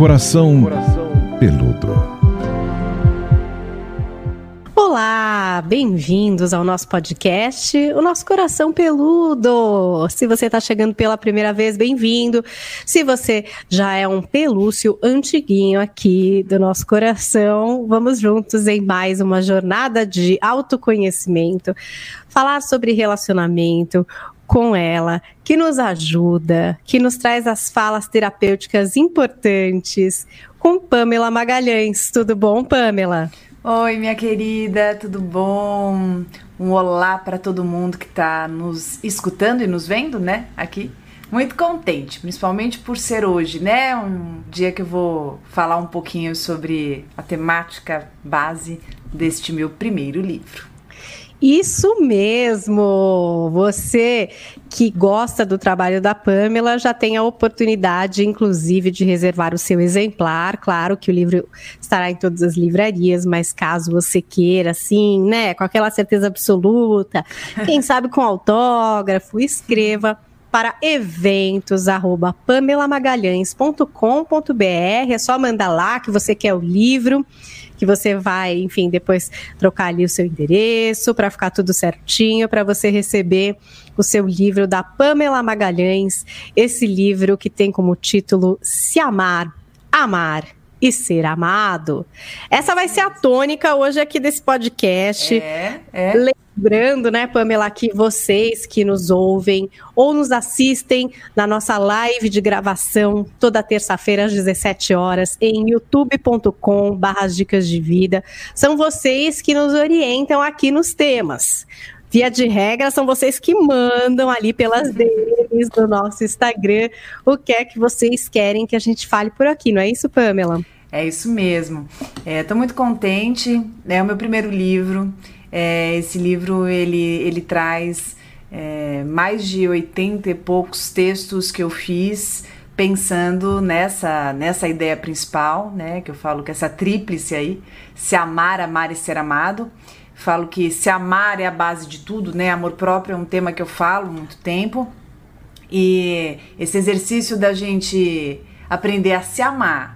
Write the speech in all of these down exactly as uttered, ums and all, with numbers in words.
Coração Peludo. Olá, bem-vindos ao nosso podcast, o nosso Coração Peludo. Se você está chegando pela primeira vez, bem-vindo. Se você já é um pelúcio antiguinho aqui do nosso coração, vamos juntos em mais uma jornada de autoconhecimento, falar sobre relacionamento com ela, que nos ajuda, que nos traz as falas terapêuticas importantes, com Pamela Magalhães. Tudo bom, Pamela? Oi, minha querida, tudo bom? Um olá para todo mundo que está nos escutando e nos vendo, né, aqui. Muito contente, principalmente por ser hoje, né, um dia que eu vou falar um pouquinho sobre a temática base deste meu primeiro livro. Isso mesmo! Você que gosta do trabalho da Pamela já tem a oportunidade, inclusive, de reservar o seu exemplar. Claro que o livro estará em todas as livrarias, mas caso você queira, assim, né, com aquela certeza absoluta, quem sabe com autógrafo, escreva para eventos arroba pamela magalhães ponto com ponto br. É só mandar lá que você quer o livro, que você vai, enfim, depois trocar ali o seu endereço para ficar tudo certinho, para você receber o seu livro da Pamela Magalhães, esse livro que tem como título Se Amar, Amar e Ser Amado. Essa vai ser a tônica hoje aqui desse podcast. É, é. Lembrando, né, Pamela, que vocês que nos ouvem ou nos assistem na nossa live de gravação toda terça-feira às dezessete horas em youtube ponto com barra dicas de vida, são vocês que nos orientam aqui nos temas. Via de regra, são vocês que mandam ali pelas D Ms do nosso Instagram o que é que vocês querem que a gente fale por aqui, não é isso, Pamela? É isso mesmo. Estou muito contente, é o meu primeiro livro. É, esse livro, ele, ele traz é, mais de oitenta e poucos textos que eu fiz pensando nessa, nessa ideia principal, né, que eu falo que essa tríplice aí, se amar, amar e ser amado. Falo que se amar é a base de tudo, né? Amor próprio é um tema que eu falo há muito tempo. E esse exercício da gente aprender a se amar,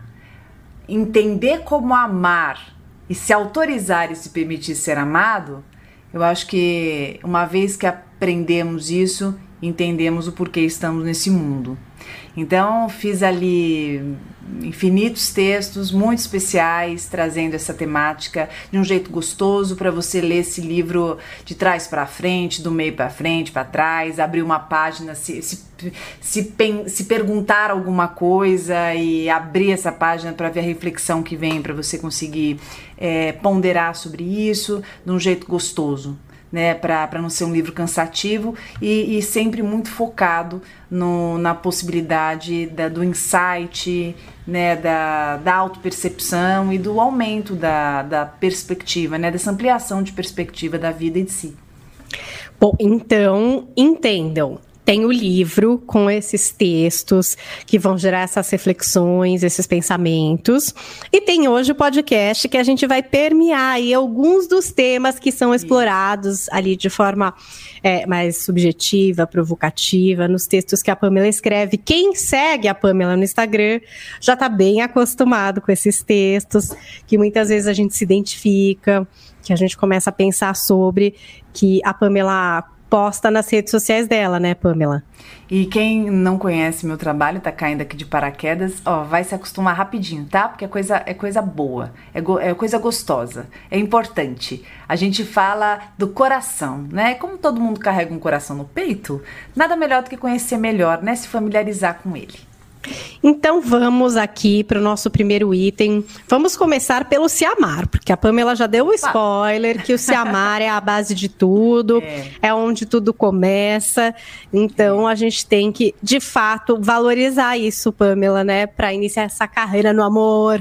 entender como amar e se autorizar e se permitir ser amado, eu acho que uma vez que aprendemos isso, entendemos o porquê estamos nesse mundo. Então, fiz ali infinitos textos muito especiais, trazendo essa temática de um jeito gostoso para você ler esse livro de trás para frente, do meio para frente, para trás, abrir uma página, se, se, se, se perguntar alguma coisa e abrir essa página para ver a reflexão que vem, para você conseguir é, ponderar sobre isso de um jeito gostoso, né, para não ser um livro cansativo e, e sempre muito focado no, na possibilidade da, do insight, né, da, da autopercepção e do aumento da, da perspectiva, né, dessa ampliação de perspectiva da vida em si. Bom, então, entendam. Tem o livro com esses textos que vão gerar essas reflexões, esses pensamentos. E tem hoje o podcast que a gente vai permear aí alguns dos temas que são explorados ali de forma é, mais subjetiva, provocativa, nos textos que a Pamela escreve. Quem segue a Pamela no Instagram já está bem acostumado com esses textos, que muitas vezes a gente se identifica, que a gente começa a pensar sobre, que a Pamela posta nas redes sociais dela, né, Pamela? E quem não conhece meu trabalho, tá caindo aqui de paraquedas, ó, vai se acostumar rapidinho, tá? Porque é coisa, é coisa boa, é, go, é coisa gostosa, é importante. A gente fala do coração, né? Como todo mundo carrega um coração no peito, nada melhor do que conhecer melhor, né? Se familiarizar com ele. Então vamos aqui para o nosso primeiro item. Vamos começar pelo se amar, porque a Pamela já deu o spoiler que o se amar é a base de tudo, é, é onde tudo começa. Então a gente tem que, de fato, valorizar isso, Pamela, né? Para iniciar essa carreira no amor.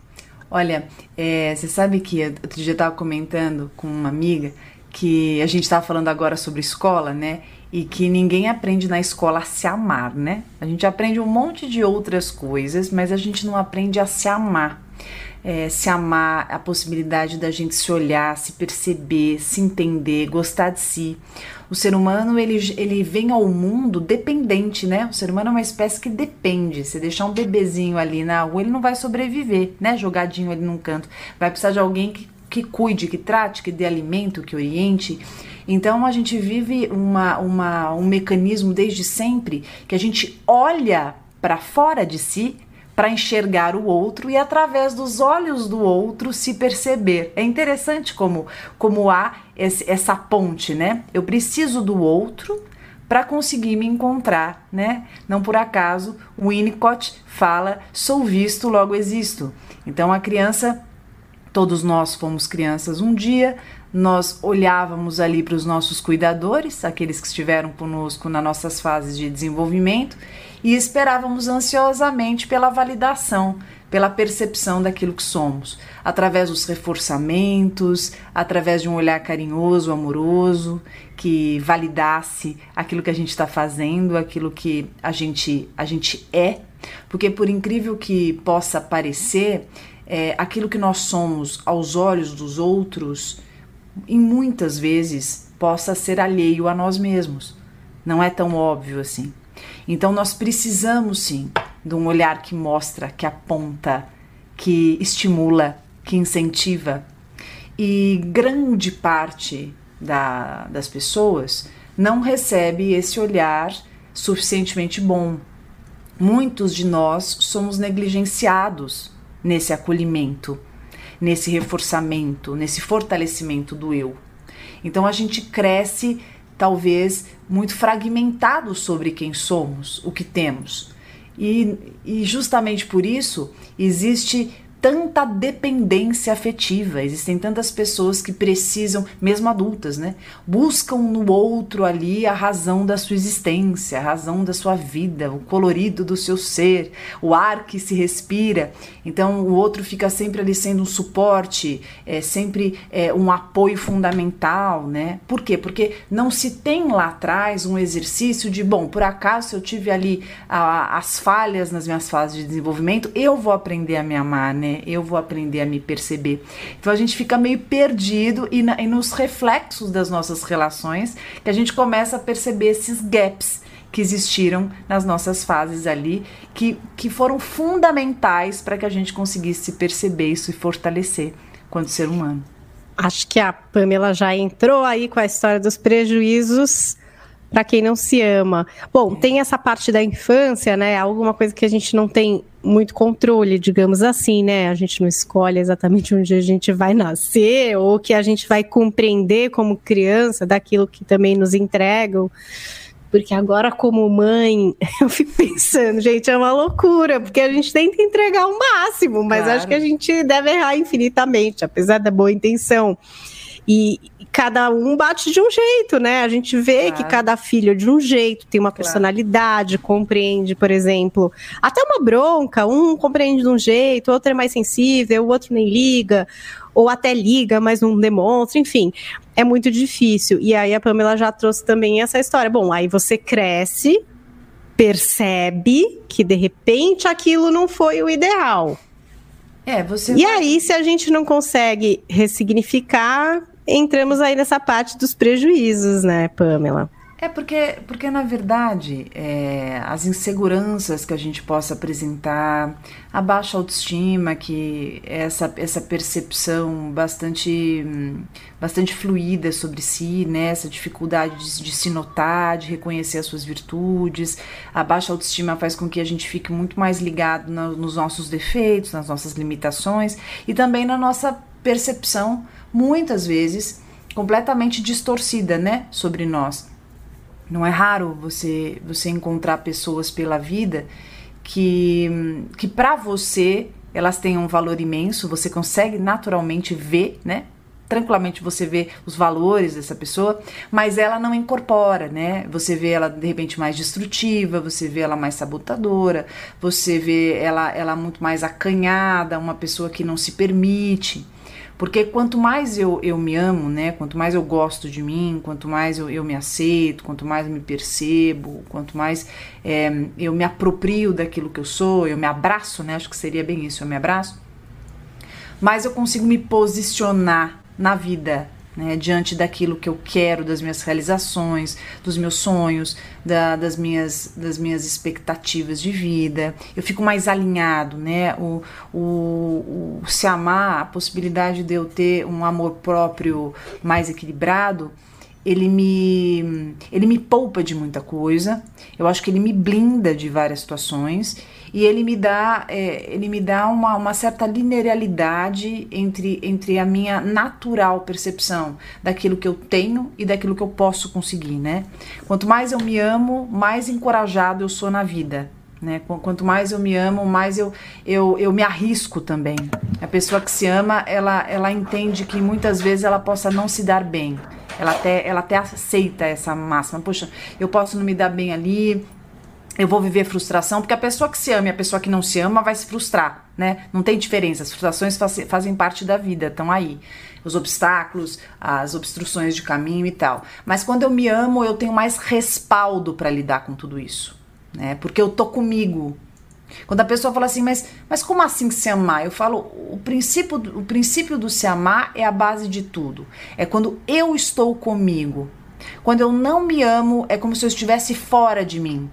Olha, é, você sabe que outro dia eu estava comentando com uma amiga que a gente estava falando agora sobre escola, né? E que ninguém aprende na escola a se amar, né? A gente aprende um monte de outras coisas, mas a gente não aprende a se amar. É, se amar, a possibilidade da gente se olhar, se perceber, se entender, gostar de si. O ser humano, ele, ele vem ao mundo dependente, né? O ser humano é uma espécie que depende. Se deixar um bebezinho ali na rua, ele não vai sobreviver, né? Jogadinho ali num canto. Vai precisar de alguém que, que cuide, que trate, que dê alimento, que oriente. Então, a gente vive uma, uma, um mecanismo desde sempre que a gente olha para fora de si para enxergar o outro e através dos olhos do outro se perceber. É interessante como, como há esse, essa ponte, né? Eu preciso do outro para conseguir me encontrar, né? Não por acaso o Winnicott fala: sou visto, logo existo. Então a criança, todos nós fomos crianças um dia, nós olhávamos ali para os nossos cuidadores, aqueles que estiveram conosco nas nossas fases de desenvolvimento, e esperávamos ansiosamente pela validação, pela percepção daquilo que somos, através dos reforçamentos, através de um olhar carinhoso, amoroso, que validasse aquilo que a gente está fazendo, aquilo que a gente, a gente é, porque por incrível que possa parecer, é, aquilo que nós somos aos olhos dos outros, e muitas vezes possa ser alheio a nós mesmos. Não é tão óbvio assim. Então nós precisamos sim de um olhar que mostra, que aponta, que estimula, que incentiva. E grande parte da, das pessoas não recebe esse olhar suficientemente bom. Muitos de nós somos negligenciados nesse acolhimento, nesse reforçamento, nesse fortalecimento do eu. Então a gente cresce talvez muito fragmentado sobre quem somos, o que temos. E, e justamente por isso existe tanta dependência afetiva, existem tantas pessoas que precisam, mesmo adultas, né, buscam no outro ali a razão da sua existência, a razão da sua vida, o colorido do seu ser, o ar que se respira. Então o outro fica sempre ali sendo um suporte, é sempre é, um apoio fundamental, né? Por quê? Porque não se tem lá atrás um exercício de, bom, por acaso se eu tive ali a, as falhas nas minhas fases de desenvolvimento, eu vou aprender a me amar, né? Eu vou aprender a me perceber. Então a gente fica meio perdido e, na, e nos reflexos das nossas relações que a gente começa a perceber esses gaps que existiram nas nossas fases ali, que, que foram fundamentais para que a gente conseguisse se perceber e se fortalecer quanto ser humano. Acho que a Pamela já entrou aí com a história dos prejuízos para quem não se ama. Bom, tem essa parte da infância, né? Alguma coisa que a gente não tem muito controle, digamos assim, né? A gente não escolhe exatamente onde a gente vai nascer ou que a gente vai compreender como criança daquilo que também nos entregam. Porque agora, como mãe, eu fico pensando, gente, é uma loucura, porque a gente tenta entregar o máximo, mas claro, acho que a gente deve errar infinitamente, apesar da boa intenção. E cada um bate de um jeito, né? A gente vê claro, que cada filho é de um jeito, tem uma personalidade, claro, compreende, por exemplo, até uma bronca, um compreende de um jeito, outro é mais sensível, o outro nem liga, ou até liga, mas não demonstra, enfim, é muito difícil. E aí a Pamela já trouxe também essa história. Bom, aí você cresce, percebe que de repente aquilo não foi o ideal. É, você e vai... aí, se a gente não consegue ressignificar, entramos aí nessa parte dos prejuízos, né, Pamela? É porque, porque na verdade, é, as inseguranças que a gente possa apresentar, a baixa autoestima, que é essa, essa percepção bastante, bastante fluida sobre si, né? Essa dificuldade de, de se notar, de reconhecer as suas virtudes, a baixa autoestima faz com que a gente fique muito mais ligado no, nos nossos defeitos, nas nossas limitações e também na nossa percepção, muitas vezes, completamente distorcida, né? Sobre nós. Não é raro você, você encontrar pessoas pela vida que, que para você elas têm um valor imenso, você consegue naturalmente ver, né? Tranquilamente você vê os valores dessa pessoa, mas ela não incorpora, né? Você vê ela de repente mais destrutiva, você vê ela mais sabotadora, você vê ela, ela muito mais acanhada, uma pessoa que não se permite. Porque quanto mais eu, eu me amo, né, quanto mais eu gosto de mim, quanto mais eu, eu me aceito, quanto mais eu me percebo, quanto mais é, eu me aproprio daquilo que eu sou, eu me abraço, né, acho que seria bem isso, eu me abraço, mais eu consigo me posicionar na vida né, diante daquilo que eu quero, das minhas realizações, dos meus sonhos, da, das, minhas, das minhas expectativas de vida. Eu fico mais alinhado, né? O, o, o se amar, a possibilidade de eu ter um amor próprio mais equilibrado, ele me, ele me poupa de muita coisa. Eu acho que ele me blinda de várias situações. E ele me dá, é, ele me dá uma, uma certa linearidade entre, entre a minha natural percepção daquilo que eu tenho e daquilo que eu posso conseguir, né? Quanto mais eu me amo, mais encorajado eu sou na vida, né? Quanto mais eu me amo, mais eu, eu, eu me arrisco também. A pessoa que se ama, ela, ela entende que muitas vezes ela possa não se dar bem. Ela até, ela até aceita essa máxima. Poxa, eu posso não me dar bem ali, eu vou viver frustração, porque a pessoa que se ama e a pessoa que não se ama vai se frustrar, né? Não tem diferença, as frustrações faz, fazem parte da vida, estão aí. Os obstáculos, as obstruções de caminho e tal. Mas quando eu me amo, eu tenho mais respaldo para lidar com tudo isso, né? Porque eu tô comigo. Quando a pessoa fala assim, mas, mas como assim se amar? Eu falo, o princípio, o princípio do se amar é a base de tudo. É quando eu estou comigo. Quando eu não me amo, é como se eu estivesse fora de mim.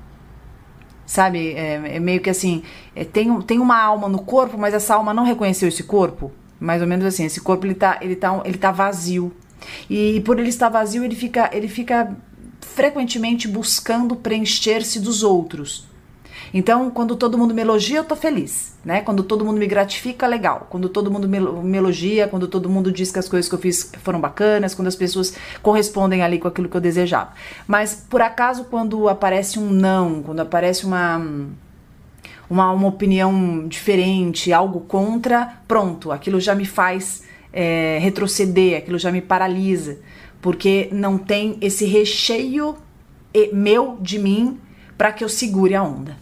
Sabe, é, é meio que assim, é, tem, tem uma alma no corpo, mas essa alma não reconheceu esse corpo. Mais ou menos assim, esse corpo ele tá, ele tá, ele tá vazio. E, e por ele estar vazio, ele fica, ele fica frequentemente buscando preencher-se dos outros. Então, quando todo mundo me elogia, eu tô feliz, né? Quando todo mundo me gratifica, legal. Quando todo mundo me, me elogia, quando todo mundo diz que as coisas que eu fiz foram bacanas, quando as pessoas correspondem ali com aquilo que eu desejava. Mas, por acaso, quando aparece um não, quando aparece uma, uma, uma opinião diferente, algo contra, pronto, aquilo já me faz é, retroceder, aquilo já me paralisa, porque não tem esse recheio meu, de mim, para que eu segure a onda.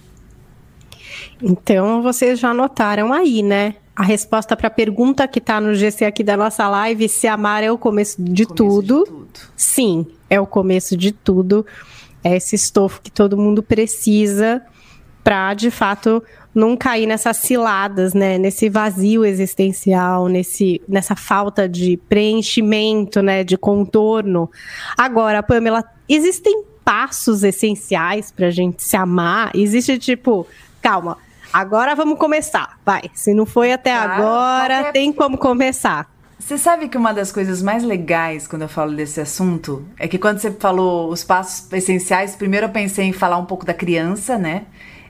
Então, vocês já notaram aí, né? A resposta para a pergunta que está no G C aqui da nossa live, se amar é o começo de começo tudo. De tudo. Sim, é o começo de tudo. É esse estofo que todo mundo precisa para, de fato, não cair nessas ciladas, né? Nesse vazio existencial, nesse, nessa falta de preenchimento, né? De contorno. Agora, Pamela, existem passos essenciais para a gente se amar? Existe, tipo, calma, agora vamos começar, vai. Se não foi até claro, agora, qualquer... tem como começar. Você sabe que uma das coisas mais legais quando eu falo desse assunto é que quando você falou os passos essenciais, primeiro eu pensei em falar um pouco da criança, né?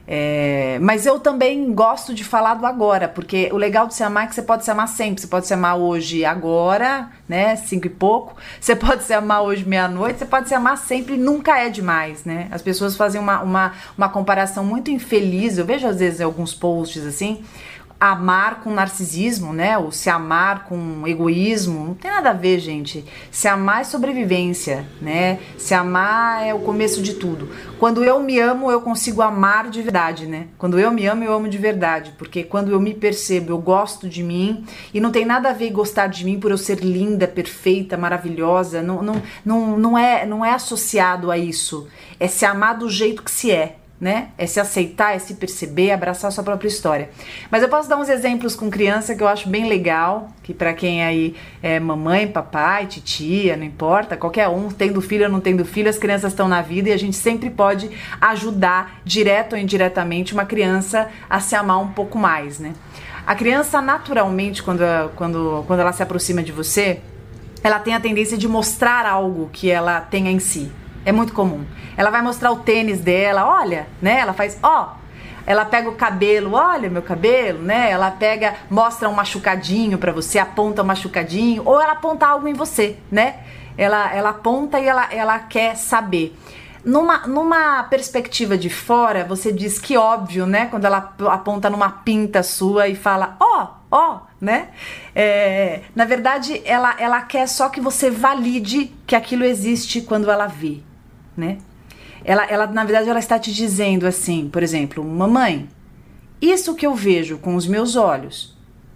É, mas eu também gosto de falar do agora, porque o legal de se amar é que você pode se amar sempre. Você pode se amar hoje, agora, né, cinco e pouco. Você pode se amar hoje, meia-noite. Você pode se amar sempre, nunca é demais, né? As pessoas fazem uma, uma, uma comparação muito infeliz. Eu vejo às vezes em alguns posts assim, amar com narcisismo, né? Ou se amar com egoísmo. Não tem nada a ver, gente. Se amar é sobrevivência, né? Se amar é o começo de tudo. Quando eu me amo, eu consigo amar de verdade, né? Quando eu me amo, eu amo de verdade. Porque quando eu me percebo, eu gosto de mim. E não tem nada a ver gostar de mim por eu ser linda, perfeita, maravilhosa. Não, não, não, não, é, não é associado a isso. É se amar do jeito que se é. Né? É se aceitar, é se perceber, abraçar a sua própria história. Mas eu posso dar uns exemplos com criança que eu acho bem legal, que pra quem aí é mamãe, papai, titia, não importa, qualquer um, tendo filho ou não tendo filho, as crianças estão na vida e a gente sempre pode ajudar, direto ou indiretamente, uma criança a se amar um pouco mais, né? A criança, naturalmente, quando, quando, quando ela se aproxima de você, ela tem a tendência de mostrar algo que ela tenha em si. É muito comum. Ela vai mostrar o tênis dela, olha, né? Ela faz, ó. Ela pega o cabelo, olha meu cabelo, né? Ela pega, mostra um machucadinho pra você, aponta um machucadinho, ou ela aponta algo em você, né? Ela, ela aponta e ela, ela quer saber. Numa, numa perspectiva de fora, você diz que óbvio, né? Quando ela aponta numa pinta sua e fala, ó, ó, né? É, na verdade, ela, ela quer só que você valide que aquilo existe quando ela vê, né? Ela, ela, na verdade, ela está te dizendo assim, por exemplo, mamãe, isso que eu vejo com os meus olhos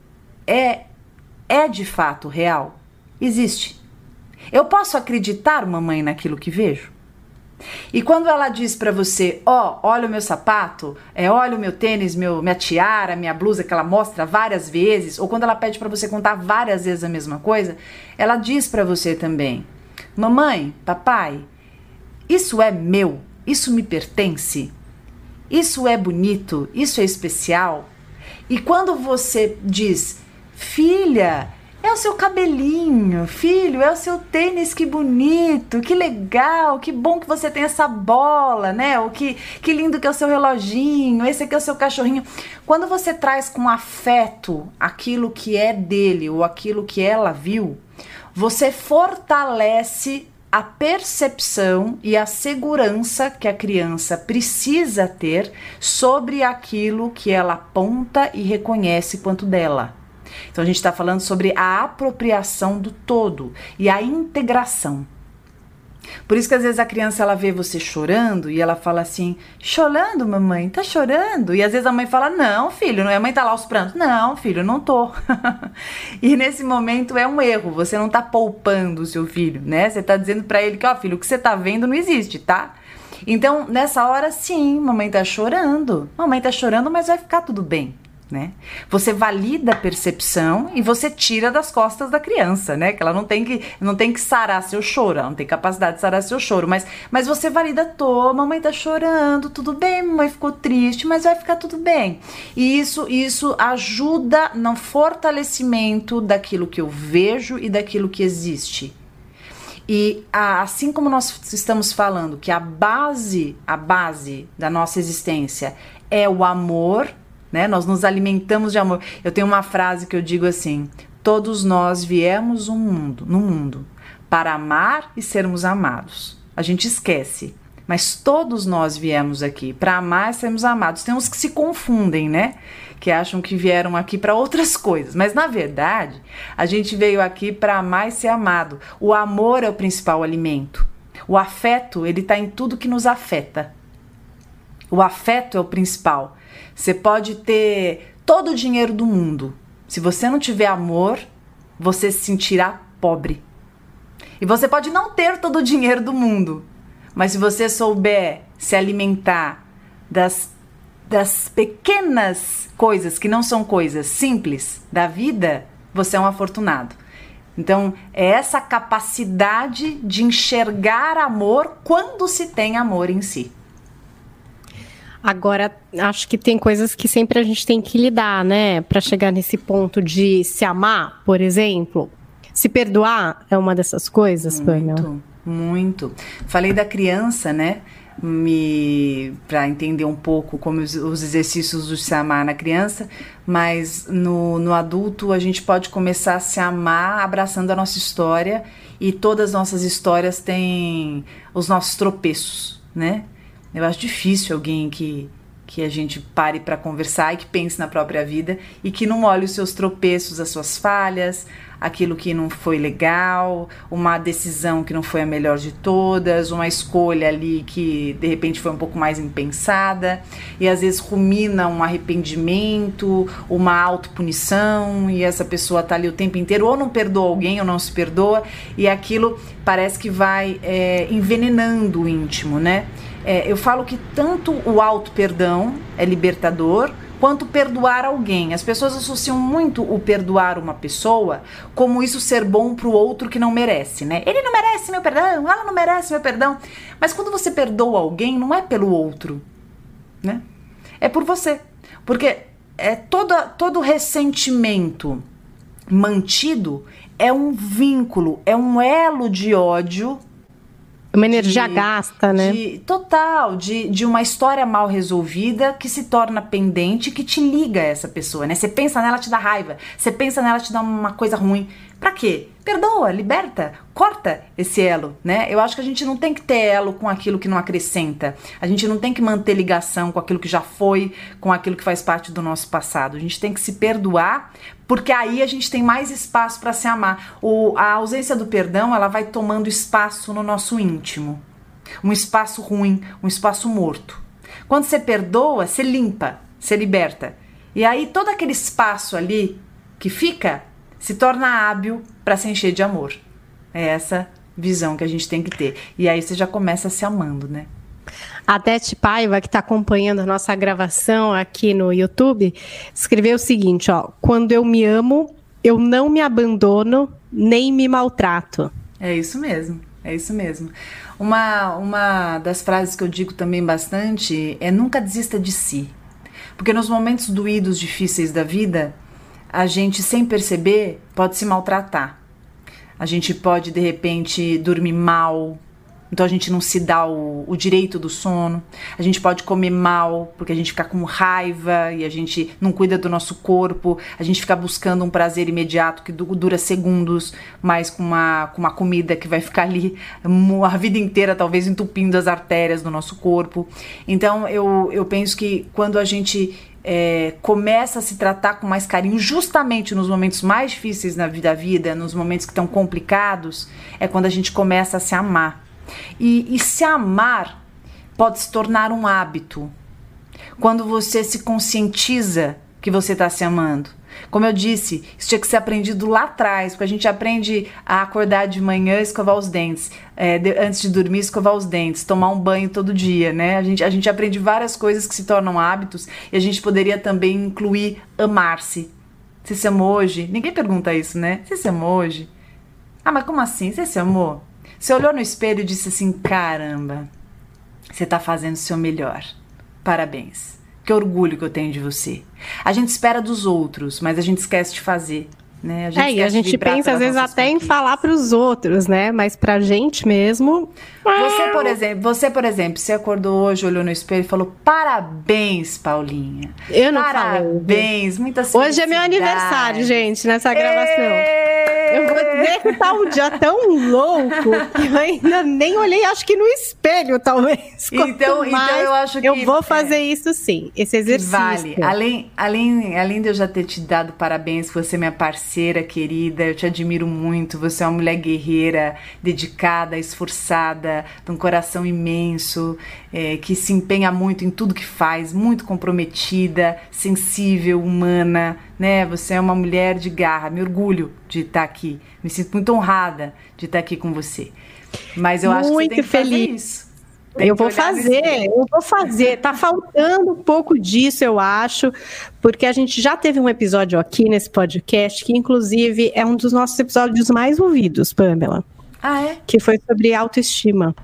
é, é de fato real? Existe. Eu posso acreditar, mamãe, naquilo que vejo? E quando ela diz pra você, ó, oh, olha o meu sapato, é, olha o meu tênis, meu, minha tiara, minha blusa, que ela mostra várias vezes, ou quando ela pede pra você contar várias vezes a mesma coisa, ela diz pra você também, mamãe, papai, isso é meu, isso me pertence, isso é bonito, isso é especial. E quando você diz, filha, é o seu cabelinho, filho, é o seu tênis, que bonito, que legal, que bom que você tem essa bola, né? O que, que lindo que é o seu reloginho, esse aqui é o seu cachorrinho. Quando você traz com afeto aquilo que é dele ou aquilo que ela viu, você fortalece a percepção e a segurança que a criança precisa ter sobre aquilo que ela aponta e reconhece quanto dela. Então a gente está falando sobre a apropriação do todo e a integração. Por isso que às vezes a criança ela vê você chorando e ela fala assim, chorando, mamãe? Tá chorando? E às vezes a mãe fala, não, filho, a mãe tá lá aos prantos. Não, filho, não tô. E nesse momento é um erro, você não tá poupando o seu filho, né? Você tá dizendo para ele que, ó, filho, o que você tá vendo não existe, tá? Então, nessa hora, sim, mamãe tá chorando. Mamãe tá chorando, mas vai ficar tudo bem. Né? Você valida a percepção e você tira das costas da criança, né? Que ela não tem que, não tem que sarar seu choro, ela não tem capacidade de sarar seu choro, mas, mas você valida, tô, mamãe tá chorando, tudo bem, mamãe ficou triste, mas vai ficar tudo bem. E isso, isso ajuda no fortalecimento daquilo que eu vejo e daquilo que existe. E assim como nós estamos falando que a base, a base da nossa existência é o amor, né? Nós nos alimentamos de amor. Eu tenho uma frase que eu digo assim, todos nós viemos um mundo, no mundo para amar e sermos amados. A gente esquece, mas todos nós viemos aqui para amar e sermos amados. Tem uns que se confundem, né? Que acham que vieram aqui para outras coisas, mas na verdade a gente veio aqui para amar e ser amado. O amor é o principal alimento. O afeto, ele está em tudo que nos afeta. O afeto é o principal. Você pode ter todo o dinheiro do mundo. Se você não tiver amor, você se sentirá pobre. E você pode não ter todo o dinheiro do mundo, mas se você souber se alimentar das, das pequenas coisas, que não são coisas simples da vida, você é um afortunado. Então, é essa capacidade de enxergar amor quando se tem amor em si. Agora, acho que tem coisas que sempre a gente tem que lidar, né? Para chegar nesse ponto de se amar, por exemplo. Se perdoar é uma dessas coisas, Pamela? Muito, muito. Falei da criança, né? Me para entender um pouco como os, os exercícios do se amar na criança, mas no, no adulto a gente pode começar a se amar abraçando a nossa história, e todas as nossas histórias têm os nossos tropeços, né? Eu acho difícil alguém que, que a gente pare para conversar e que pense na própria vida e que não olhe os seus tropeços, as suas falhas, aquilo que não foi legal, uma decisão que não foi a melhor de todas, uma escolha ali que de repente foi um pouco mais impensada, e às vezes rumina um arrependimento, uma autopunição, e essa pessoa tá ali o tempo inteiro, ou não perdoa alguém ou não se perdoa, e aquilo parece que vai é, envenenando o íntimo, né? É, eu falo que tanto o auto-perdão é libertador, quanto perdoar alguém. As pessoas associam muito o perdoar uma pessoa como isso ser bom pro outro que não merece, né? Ele não merece meu perdão, ela não merece meu perdão. Mas quando você perdoa alguém, não é pelo outro, né? É por você. Porque é todo, todo ressentimento mantido é um vínculo, é um elo de ódio. Uma energia de, gasta, né? De, total, de, de uma história mal resolvida que se torna pendente, que te liga a essa pessoa, né? Você pensa nela, te dá raiva. Você pensa nela, te dá uma coisa ruim. Pra quê? Perdoa, liberta, corta esse elo, né? Eu acho que a gente não tem que ter elo com aquilo que não acrescenta. A gente não tem que manter ligação com aquilo que já foi, com aquilo que faz parte do nosso passado. A gente tem que se perdoar, porque aí a gente tem mais espaço para se amar. O, a ausência do perdão, ela vai tomando espaço no nosso íntimo. Um espaço ruim, um espaço morto. Quando você perdoa, você limpa, você liberta. E aí todo aquele espaço ali que fica se torna hábil para se encher de amor. É essa visão que a gente tem que ter. E aí você já começa se amando, né? A Dete Paiva, que está acompanhando a nossa gravação aqui no YouTube, escreveu o seguinte, ó: quando eu me amo, eu não me abandono, nem me maltrato. É isso mesmo, é isso mesmo. Uma, uma das frases que eu digo também bastante é: nunca desista de si. Porque nos momentos doídos, difíceis da vida, a gente, sem perceber, pode se maltratar. A gente pode, de repente, dormir mal, então a gente não se dá o, o direito do sono. A gente pode comer mal, porque a gente fica com raiva e a gente não cuida do nosso corpo. A gente fica buscando um prazer imediato que dura segundos, mas com uma, com uma comida que vai ficar ali a vida inteira, talvez entupindo as artérias do nosso corpo. Então eu, eu penso que quando a gente é, começa a se tratar com mais carinho, justamente nos momentos mais difíceis na vida, da vida, nos momentos que estão complicados, é quando a gente começa a se amar. E, e se amar pode se tornar um hábito quando você se conscientiza que você está se amando. Como eu disse, isso tinha que ser aprendido lá atrás, porque a gente aprende a acordar de manhã, escovar os dentes, é, de, antes de dormir, escovar os dentes, tomar um banho todo dia, né? A gente, a gente aprende várias coisas que se tornam hábitos, e a gente poderia também incluir amar-se. Você se amou hoje? Ninguém pergunta isso, né? Você se amou hoje? Ah, mas como assim? Você se amou? Você olhou no espelho e disse assim: caramba, você tá fazendo o seu melhor. Parabéns. Que orgulho que eu tenho de você. A gente espera dos outros, mas a gente esquece de fazer, né? A gente é, e a gente pensa às vezes até conquistas. Em falar para os outros, né? Mas pra gente mesmo... Você, por exemplo, você, por exemplo, você acordou hoje, olhou no espelho e falou: parabéns, Paulinha. Eu não Parabéns, falei. Muitas Hoje é meu aniversário, gente, nessa gravação. Êêê! Eu vou dizer que tá um dia tão louco que eu ainda nem olhei, acho que no espelho, talvez. Então, então eu acho que... Eu vou fazer é, isso sim, esse exercício. Vale. Além, além, além de eu já ter te dado parabéns, você é minha parceira querida, eu te admiro muito, você é uma mulher guerreira, dedicada, esforçada, de um coração imenso, é, que se empenha muito em tudo que faz, muito comprometida, sensível, humana, né? Você é uma mulher de garra, me orgulho de estar aqui, me sinto muito honrada de estar aqui com você. Mas eu muito acho que você tem que feliz. fazer isso. Tem eu vou fazer, eu vou fazer. Tá faltando um pouco disso, eu acho, porque a gente já teve um episódio aqui nesse podcast, que inclusive é um dos nossos episódios mais ouvidos, Pamela. Ah, é? Que foi sobre autoestima.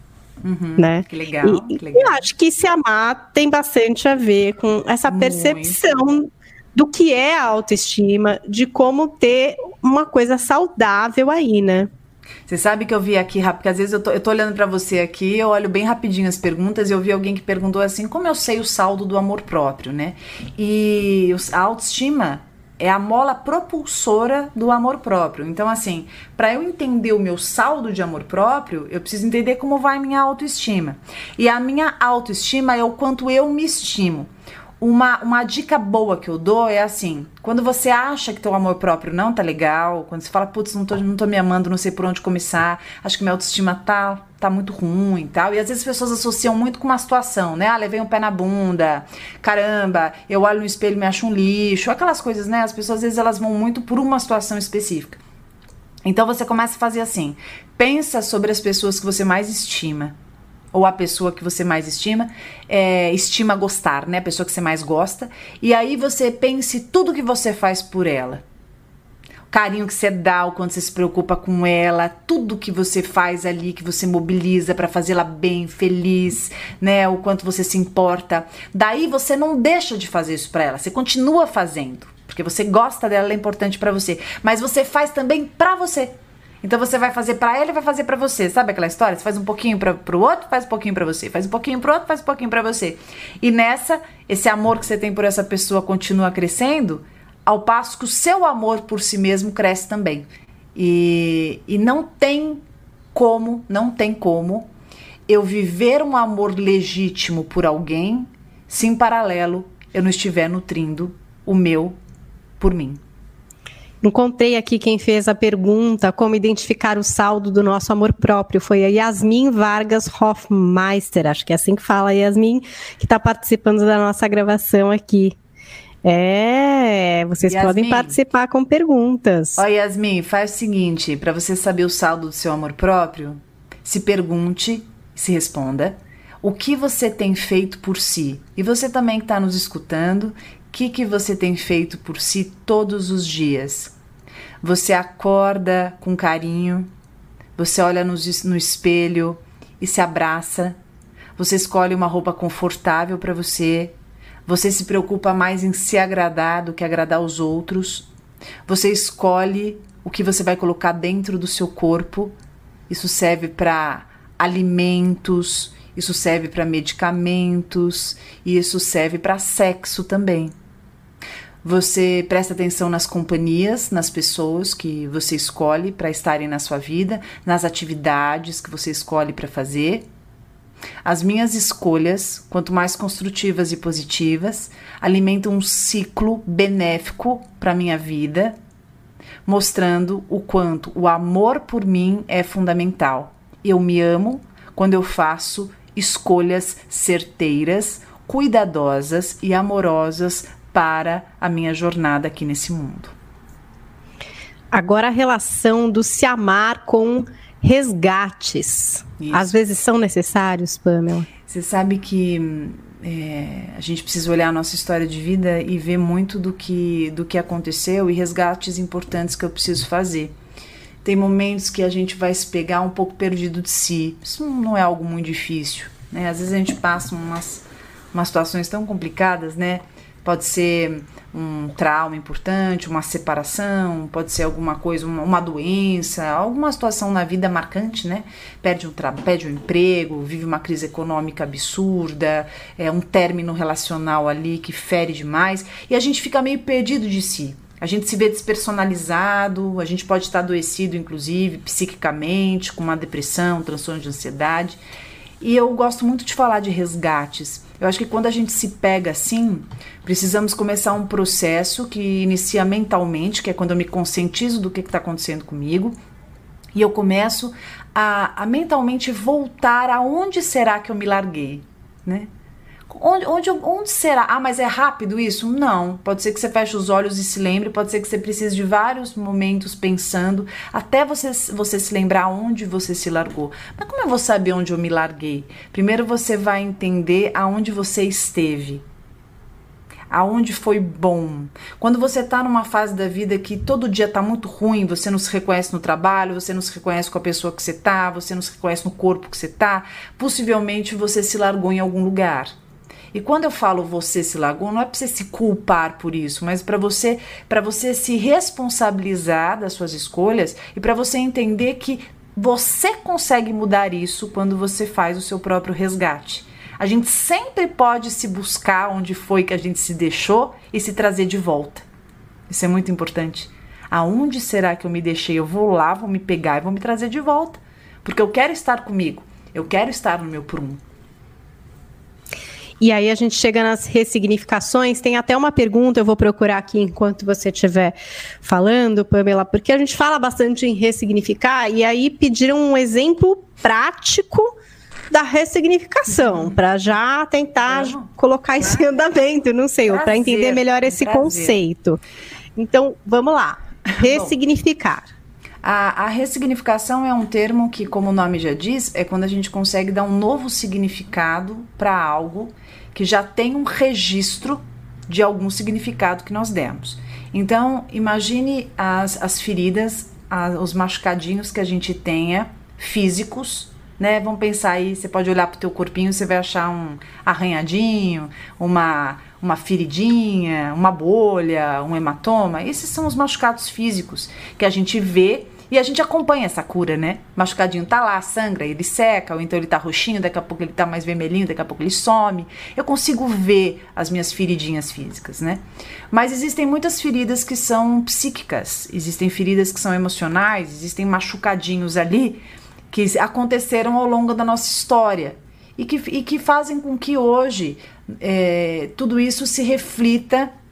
Uhum, né? Que legal, e, que legal. Eu acho que se amar tem bastante a ver com essa percepção muito. Do que é a autoestima, de como ter uma coisa saudável aí, né? Você sabe que eu vi aqui, porque às vezes eu tô, eu tô olhando pra você aqui, eu olho bem rapidinho as perguntas e eu vi alguém que perguntou assim: como eu sei o saldo do amor próprio, né? E a autoestima é a mola propulsora do amor próprio. Então, assim, para eu entender o meu saldo de amor próprio, eu preciso entender como vai minha autoestima. E a minha autoestima é o quanto eu me estimo. Uma, uma dica boa que eu dou é assim: quando você acha que teu amor próprio não tá legal, quando você fala, putz, não tô, não tô me amando, não sei por onde começar, acho que minha autoestima tá, tá muito ruim e tal, e às vezes as pessoas associam muito com uma situação, né? Ah, levei um pé na bunda, caramba, eu olho no espelho e me acho um lixo, aquelas coisas, né? As pessoas às vezes elas vão muito por uma situação específica. Então você começa a fazer assim: pensa sobre as pessoas que você mais estima, ou a pessoa que você mais estima, é, estima gostar, né? A pessoa que você mais gosta. E aí você pense tudo que você faz por ela. O carinho que você dá, o quanto você se preocupa com ela, tudo que você faz ali, que você mobiliza para fazê-la bem, feliz, né? O quanto você se importa. Daí você não deixa de fazer isso para ela, você continua fazendo, porque você gosta dela, ela é importante para você. Mas você faz também para você. Então você vai fazer pra ela e vai fazer pra você. Sabe aquela história? Você faz um pouquinho pra, pro outro, faz um pouquinho pra você. Faz um pouquinho pro outro, faz um pouquinho pra você. E nessa, esse amor que você tem por essa pessoa continua crescendo, ao passo que o seu amor por si mesmo cresce também. E, e não tem como, não tem como eu viver um amor legítimo por alguém se em paralelo eu não estiver nutrindo o meu por mim. Encontrei aqui quem fez a pergunta: como identificar o saldo do nosso amor próprio. Foi a Yasmin Vargas Hofmeister, acho que é assim que fala, Yasmin, que está participando da nossa gravação aqui. É, É, vocês Yasmin, podem participar com perguntas. Ó, Yasmin, faz o seguinte, para você saber o saldo do seu amor próprio, se pergunte, se responda, o que você tem feito por si? E você também que está nos escutando, o que, que você tem feito por si todos os dias? Você acorda com carinho, você olha no, no espelho e se abraça, você escolhe uma roupa confortável para você, você se preocupa mais em se agradar do que agradar os outros, você escolhe o que você vai colocar dentro do seu corpo, isso serve para alimentos, isso serve para medicamentos e isso serve para sexo também. Você presta atenção nas companhias, nas pessoas que você escolhe para estarem na sua vida, nas atividades que você escolhe para fazer. As minhas escolhas, quanto mais construtivas e positivas, alimentam um ciclo benéfico para a minha vida, mostrando o quanto o amor por mim é fundamental. Eu me amo quando eu faço escolhas certeiras, cuidadosas e amorosas para a minha jornada aqui nesse mundo. Agora a relação do se amar com resgates. Isso. Às vezes são necessários, Pamela? Você sabe que é, a gente precisa olhar a nossa história de vida e ver muito do que, do que aconteceu e resgates importantes que eu preciso fazer. Tem momentos que a gente vai se pegar um pouco perdido de si. Isso não é algo muito difícil, né? Às vezes a gente passa umas, umas situações tão complicadas, né? Pode ser um trauma importante, uma separação, pode ser alguma coisa, uma, uma doença, alguma situação na vida marcante, né? Perde um, tra- perde um emprego, vive uma crise econômica absurda, é um término relacional ali que fere demais e a gente fica meio perdido de si. A gente se vê despersonalizado, a gente pode estar adoecido, inclusive, psiquicamente, com uma depressão, um transtorno de ansiedade. E eu gosto muito de falar de resgates. Eu acho que quando a gente se pega assim, precisamos começar um processo que inicia mentalmente, que é quando eu me conscientizo do que está acontecendo comigo, e eu começo a, a mentalmente voltar aonde será que eu me larguei, né? Onde, onde, onde será? Ah, mas é rápido isso? Não. Pode ser que você feche os olhos e se lembre, pode ser que você precise de vários momentos pensando, até você, você se lembrar onde você se largou. Mas como eu vou saber onde eu me larguei? Primeiro você vai entender aonde você esteve. Aonde foi bom. Quando você está numa fase da vida que todo dia está muito ruim, você não se reconhece no trabalho, você não se reconhece com a pessoa que você está, você não se reconhece no corpo que você está, possivelmente você se largou em algum lugar. E quando eu falo você se largou, não é para você se culpar por isso, mas para você, para você se responsabilizar das suas escolhas e para você entender que você consegue mudar isso quando você faz o seu próprio resgate. A gente sempre pode se buscar onde foi que a gente se deixou e se trazer de volta. Isso é muito importante. Aonde será que eu me deixei? Eu vou lá, vou me pegar e vou me trazer de volta. Porque eu quero estar comigo. Eu quero estar no meu prumo. E aí a gente chega nas ressignificações, tem até uma pergunta, eu vou procurar aqui enquanto você estiver falando, Pamela, porque a gente fala bastante em ressignificar, e aí pediram um exemplo prático da ressignificação, uhum. para já tentar uhum. colocar isso em andamento, não sei, ou para entender melhor esse prazer. conceito. Então, vamos lá, ressignificar. A, a ressignificação é um termo que, como o nome já diz, é quando a gente consegue dar um novo significado para algo que já tem um registro de algum significado que nós demos. Então, imagine as, as feridas, as, os machucadinhos que a gente tenha, físicos, né? Vamos pensar aí, você pode olhar para o teu corpinho, você vai achar um arranhadinho, uma... uma feridinha, uma bolha, um hematoma. Esses são os machucados físicos que a gente vê e a gente acompanha essa cura, né? O machucadinho tá lá, sangra, ele seca, ou então ele tá roxinho, daqui a pouco ele tá mais vermelhinho, daqui a pouco ele some. Eu consigo ver as minhas feridinhas físicas, né? Mas existem muitas feridas que são psíquicas, existem feridas que são emocionais, existem machucadinhos ali que aconteceram ao longo da nossa história. E que, e que fazem com que hoje é, tudo isso se reflita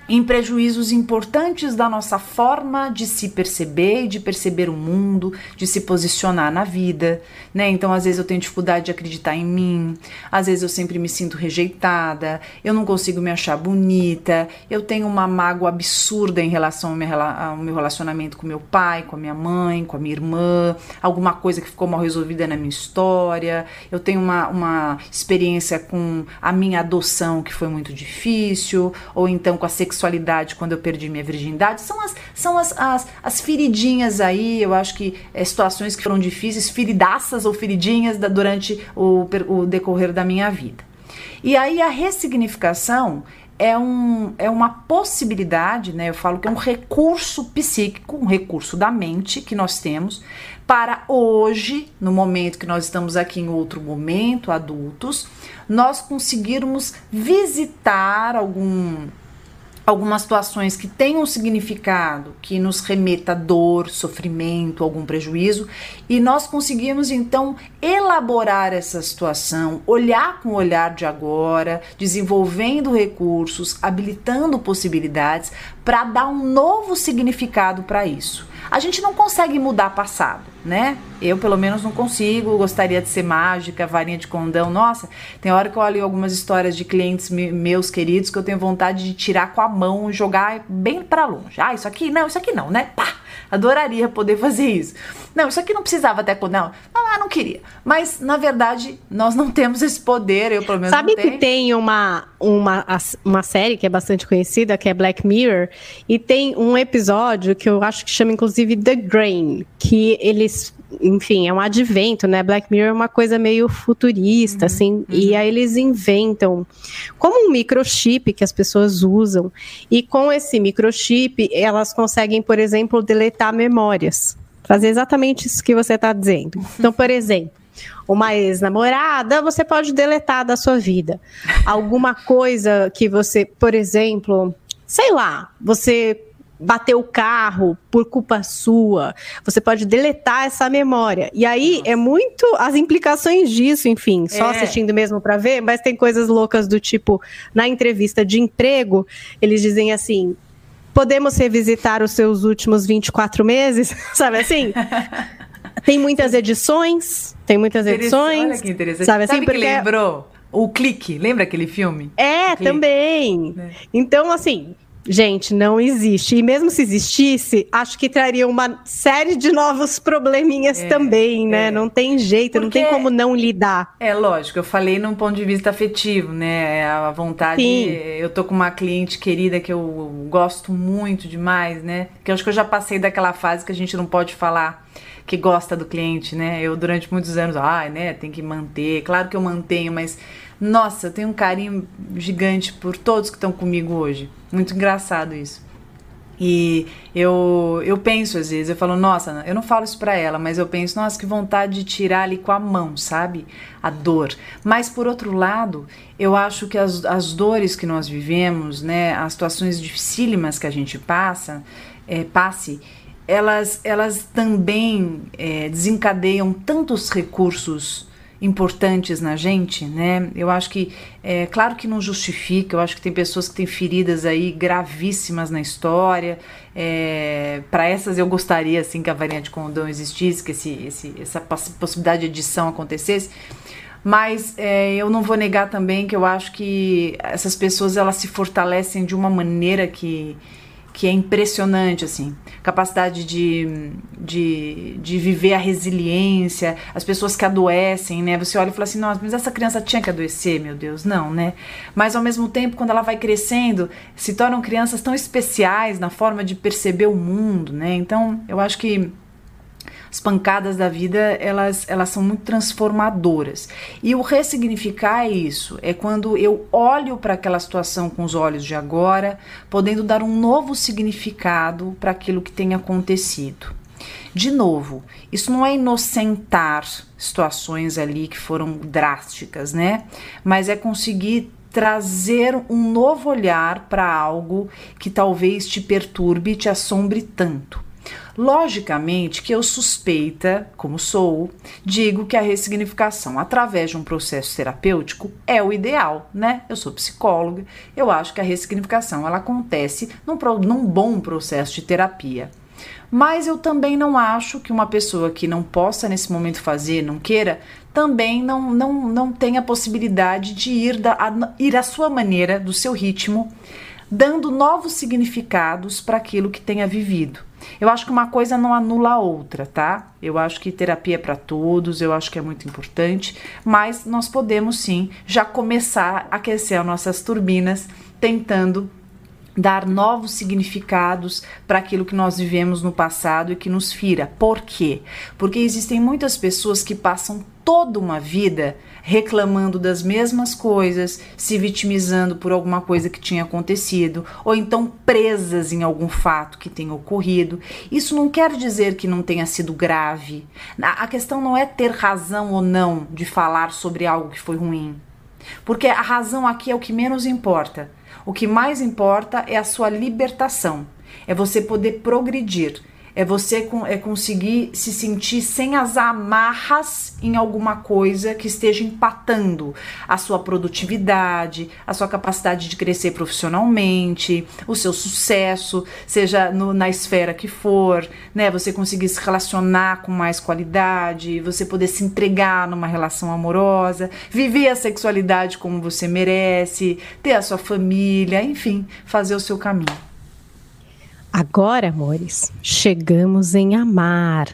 em prejuízos importantes da nossa forma de se perceber e de perceber o mundo, de se posicionar na vida, né? Então, às vezes eu tenho dificuldade de acreditar em mim, às vezes eu sempre me sinto rejeitada, eu não consigo me achar bonita, eu tenho uma mágoa absurda em relação ao meu, ao meu relacionamento com meu pai, com a minha mãe, com a minha irmã, alguma coisa que ficou mal resolvida na minha história, eu tenho uma, uma experiência com a minha adoção que foi muito difícil, ou então com a sexualidade sexualidade quando eu perdi minha virgindade, são as, são as, as, as feridinhas aí, eu acho que é, situações que foram difíceis, feridaças ou feridinhas da, durante o, o decorrer da minha vida. E aí a ressignificação é, um, é uma possibilidade, né, eu falo que é um recurso psíquico, um recurso da mente que nós temos para hoje, no momento que nós estamos aqui em outro momento, adultos, nós conseguirmos visitar algum... algumas situações que tenham um significado, que nos remeta a dor, sofrimento, algum prejuízo, e nós conseguimos então elaborar essa situação, olhar com o olhar de agora, desenvolvendo recursos, habilitando possibilidades para dar um novo significado para isso. A gente não consegue mudar passado, né? Eu, pelo menos, não consigo. Gostaria de ser mágica, varinha de condão. Nossa, tem hora que eu olho algumas histórias de clientes meus queridos que eu tenho vontade de tirar com a mão e jogar bem para longe. Ah, isso aqui não, isso aqui não, né? Pá! Adoraria poder fazer isso. Não, isso aqui não precisava até... Não, ah, não queria. Mas, na verdade, nós não temos esse poder. Eu, pelo menos, Sabe não tenho. que tem uma, uma, uma série que é bastante conhecida, que é Black Mirror, e tem um episódio que eu acho que chama, inclusive, The Grain, que eles... Enfim, é um advento, né? Black Mirror é uma coisa meio futurista, uhum, assim, uhum. E aí eles inventam como um microchip que as pessoas usam, e com esse microchip elas conseguem, por exemplo, deletar memórias, fazer exatamente isso que você está dizendo. Então, por exemplo, uma ex-namorada, você pode deletar da sua vida. Alguma coisa que você, por exemplo, sei lá, você... bateu o carro por culpa sua, você pode deletar essa memória. E aí Nossa. É muito as implicações disso, enfim, só é. assistindo mesmo pra ver, mas tem coisas loucas do tipo, na entrevista de emprego, eles dizem assim, podemos revisitar os seus últimos vinte e quatro meses, sabe assim? Tem muitas edições, tem muitas edições. Olha que interessante. Sabe, assim, sabe porque... que lembrou? O Clique, lembra aquele filme? É, também. É. Então, assim... Gente, não existe. E mesmo se existisse, acho que traria uma série de novos probleminhas é, também, né? É. Não tem jeito, Porque, não tem como não lidar. É lógico, eu falei num ponto de vista afetivo, né? A vontade... Sim. Eu tô com uma cliente querida que eu gosto muito demais, né? Que eu acho que eu já passei daquela fase que a gente não pode falar que gosta do cliente, né? Eu, durante muitos anos, ai, né? Tem que manter. Claro que eu mantenho, mas... Nossa, eu tenho um carinho gigante por todos que estão comigo hoje. Muito engraçado isso. E eu, eu penso às vezes, eu falo, nossa, eu não falo isso pra ela, mas eu penso, nossa, que vontade de tirar ali com a mão, sabe? A dor. Mas por outro lado, eu acho que as, as dores que nós vivemos, né, as situações dificílimas que a gente passa, é, passe, elas, elas também é, desencadeiam tantos recursos importantes na gente, né? Eu acho que, é claro que não justifica, eu acho que tem pessoas que têm feridas aí gravíssimas na história, é, para essas eu gostaria, assim, que a varinha de condão existisse, que esse, esse, essa possibilidade de edição acontecesse, mas é, eu não vou negar também que eu acho que essas pessoas, elas se fortalecem de uma maneira que... que é impressionante, assim, capacidade de, de, de viver a resiliência, as pessoas que adoecem, né, você olha e fala assim, nossa, mas essa criança tinha que adoecer, meu Deus, não, né, mas ao mesmo tempo, quando ela vai crescendo, se tornam crianças tão especiais na forma de perceber o mundo, né, então eu acho que as pancadas da vida, elas, elas são muito transformadoras. E o ressignificar é isso, é quando eu olho para aquela situação com os olhos de agora, podendo dar um novo significado para aquilo que tem acontecido. De novo, isso não é inocentar situações ali que foram drásticas, né? Mas é conseguir trazer um novo olhar para algo que talvez te perturbe e te assombre tanto. Logicamente que eu, suspeita, como sou, digo que a ressignificação através de um processo terapêutico é o ideal, né? Eu sou psicóloga, eu acho que a ressignificação ela acontece num, num bom processo de terapia. Mas eu também não acho que uma pessoa que não possa nesse momento fazer, não queira, também não, não, não tenha a possibilidade de ir, da, a, ir à sua maneira, do seu ritmo, dando novos significados para aquilo que tenha vivido. Eu acho que uma coisa não anula a outra, tá? Eu acho que terapia é para todos, eu acho que é muito importante, mas nós podemos sim já começar a aquecer as nossas turbinas, tentando dar novos significados para aquilo que nós vivemos no passado e que nos fira. Por quê? Porque existem muitas pessoas que passam toda uma vida reclamando das mesmas coisas, se vitimizando por alguma coisa que tinha acontecido, ou então presas em algum fato que tenha ocorrido. Isso não quer dizer que não tenha sido grave. A questão não é ter razão ou não de falar sobre algo que foi ruim, porque a razão aqui é o que menos importa. O que mais importa é a sua libertação, é você poder progredir, é você é conseguir se sentir sem as amarras em alguma coisa que esteja empatando a sua produtividade, a sua capacidade de crescer profissionalmente, o seu sucesso, seja no, na esfera que for, né? Você conseguir se relacionar com mais qualidade, você poder se entregar numa relação amorosa, viver a sexualidade como você merece, ter a sua família, enfim, fazer o seu caminho. Agora, amores, chegamos em amar.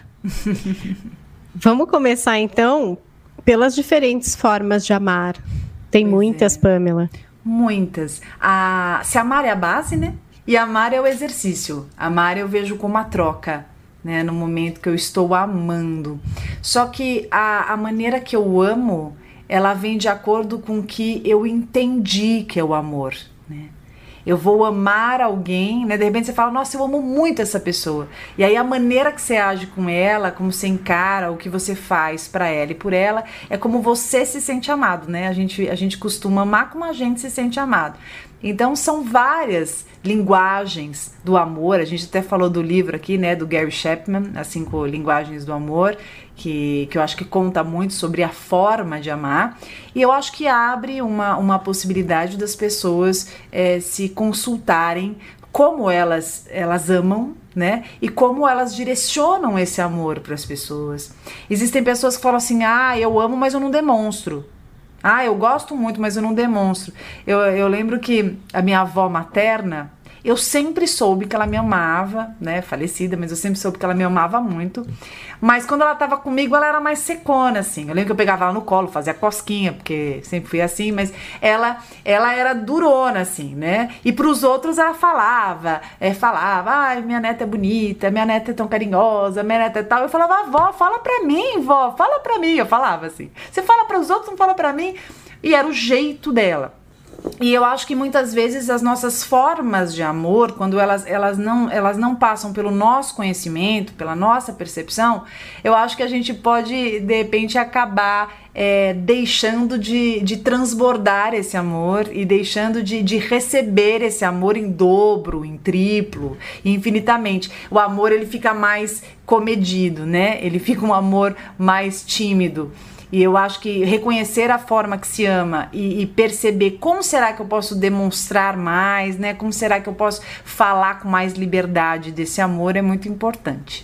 Vamos começar, então, pelas diferentes formas de amar. Tem pois muitas, é. Pamela. Muitas. A, se amar é a base, né? E amar é o exercício. Amar eu vejo como a troca, né? No momento que eu estou amando. Só que a, a maneira que eu amo, ela vem de acordo com o que eu entendi que é o amor, né? Eu vou amar alguém, né? De repente você fala, nossa, eu amo muito essa pessoa. E aí a maneira que você age com ela, como você encara, o que você faz pra ela e por ela, é como você se sente amado, né? A gente, a gente costuma amar como a gente se sente amado. Então são várias linguagens do amor. A gente até falou do livro aqui, né, do Gary Chapman, As Cinco Linguagens do Amor, que, que eu acho que conta muito sobre a forma de amar. E eu acho que abre uma, uma possibilidade das pessoas é, se consultarem como elas, elas amam, né? E como elas direcionam esse amor para as pessoas. Existem pessoas que falam assim, ah, eu amo, mas eu não demonstro. Ah, eu gosto muito, mas eu não demonstro. Eu, eu lembro que a minha avó materna, eu sempre soube que ela me amava, né? Falecida, mas eu sempre soube que ela me amava muito. Mas quando ela tava comigo, ela era mais secona, assim. Eu lembro que eu pegava ela no colo, fazia cosquinha, porque sempre fui assim, mas ela, ela era durona, assim, né? E pros outros ela falava, é, falava, ai, minha neta é bonita, minha neta é tão carinhosa, minha neta é tal. Eu falava, vó, fala pra mim, vó, fala pra mim. Eu falava assim, você fala pros outros, não fala pra mim. E era o jeito dela. E eu acho que muitas vezes as nossas formas de amor, quando elas, elas, não, elas não passam pelo nosso conhecimento, pela nossa percepção, eu acho que a gente pode, de repente, acabar é, deixando de, de transbordar esse amor e deixando de, de receber esse amor em dobro, em triplo, infinitamente. O amor, ele fica mais comedido, né? Ele fica um amor mais tímido. E eu acho que reconhecer a forma que se ama e, e perceber como será que eu posso demonstrar mais, né? Como será que eu posso falar com mais liberdade desse amor é muito importante.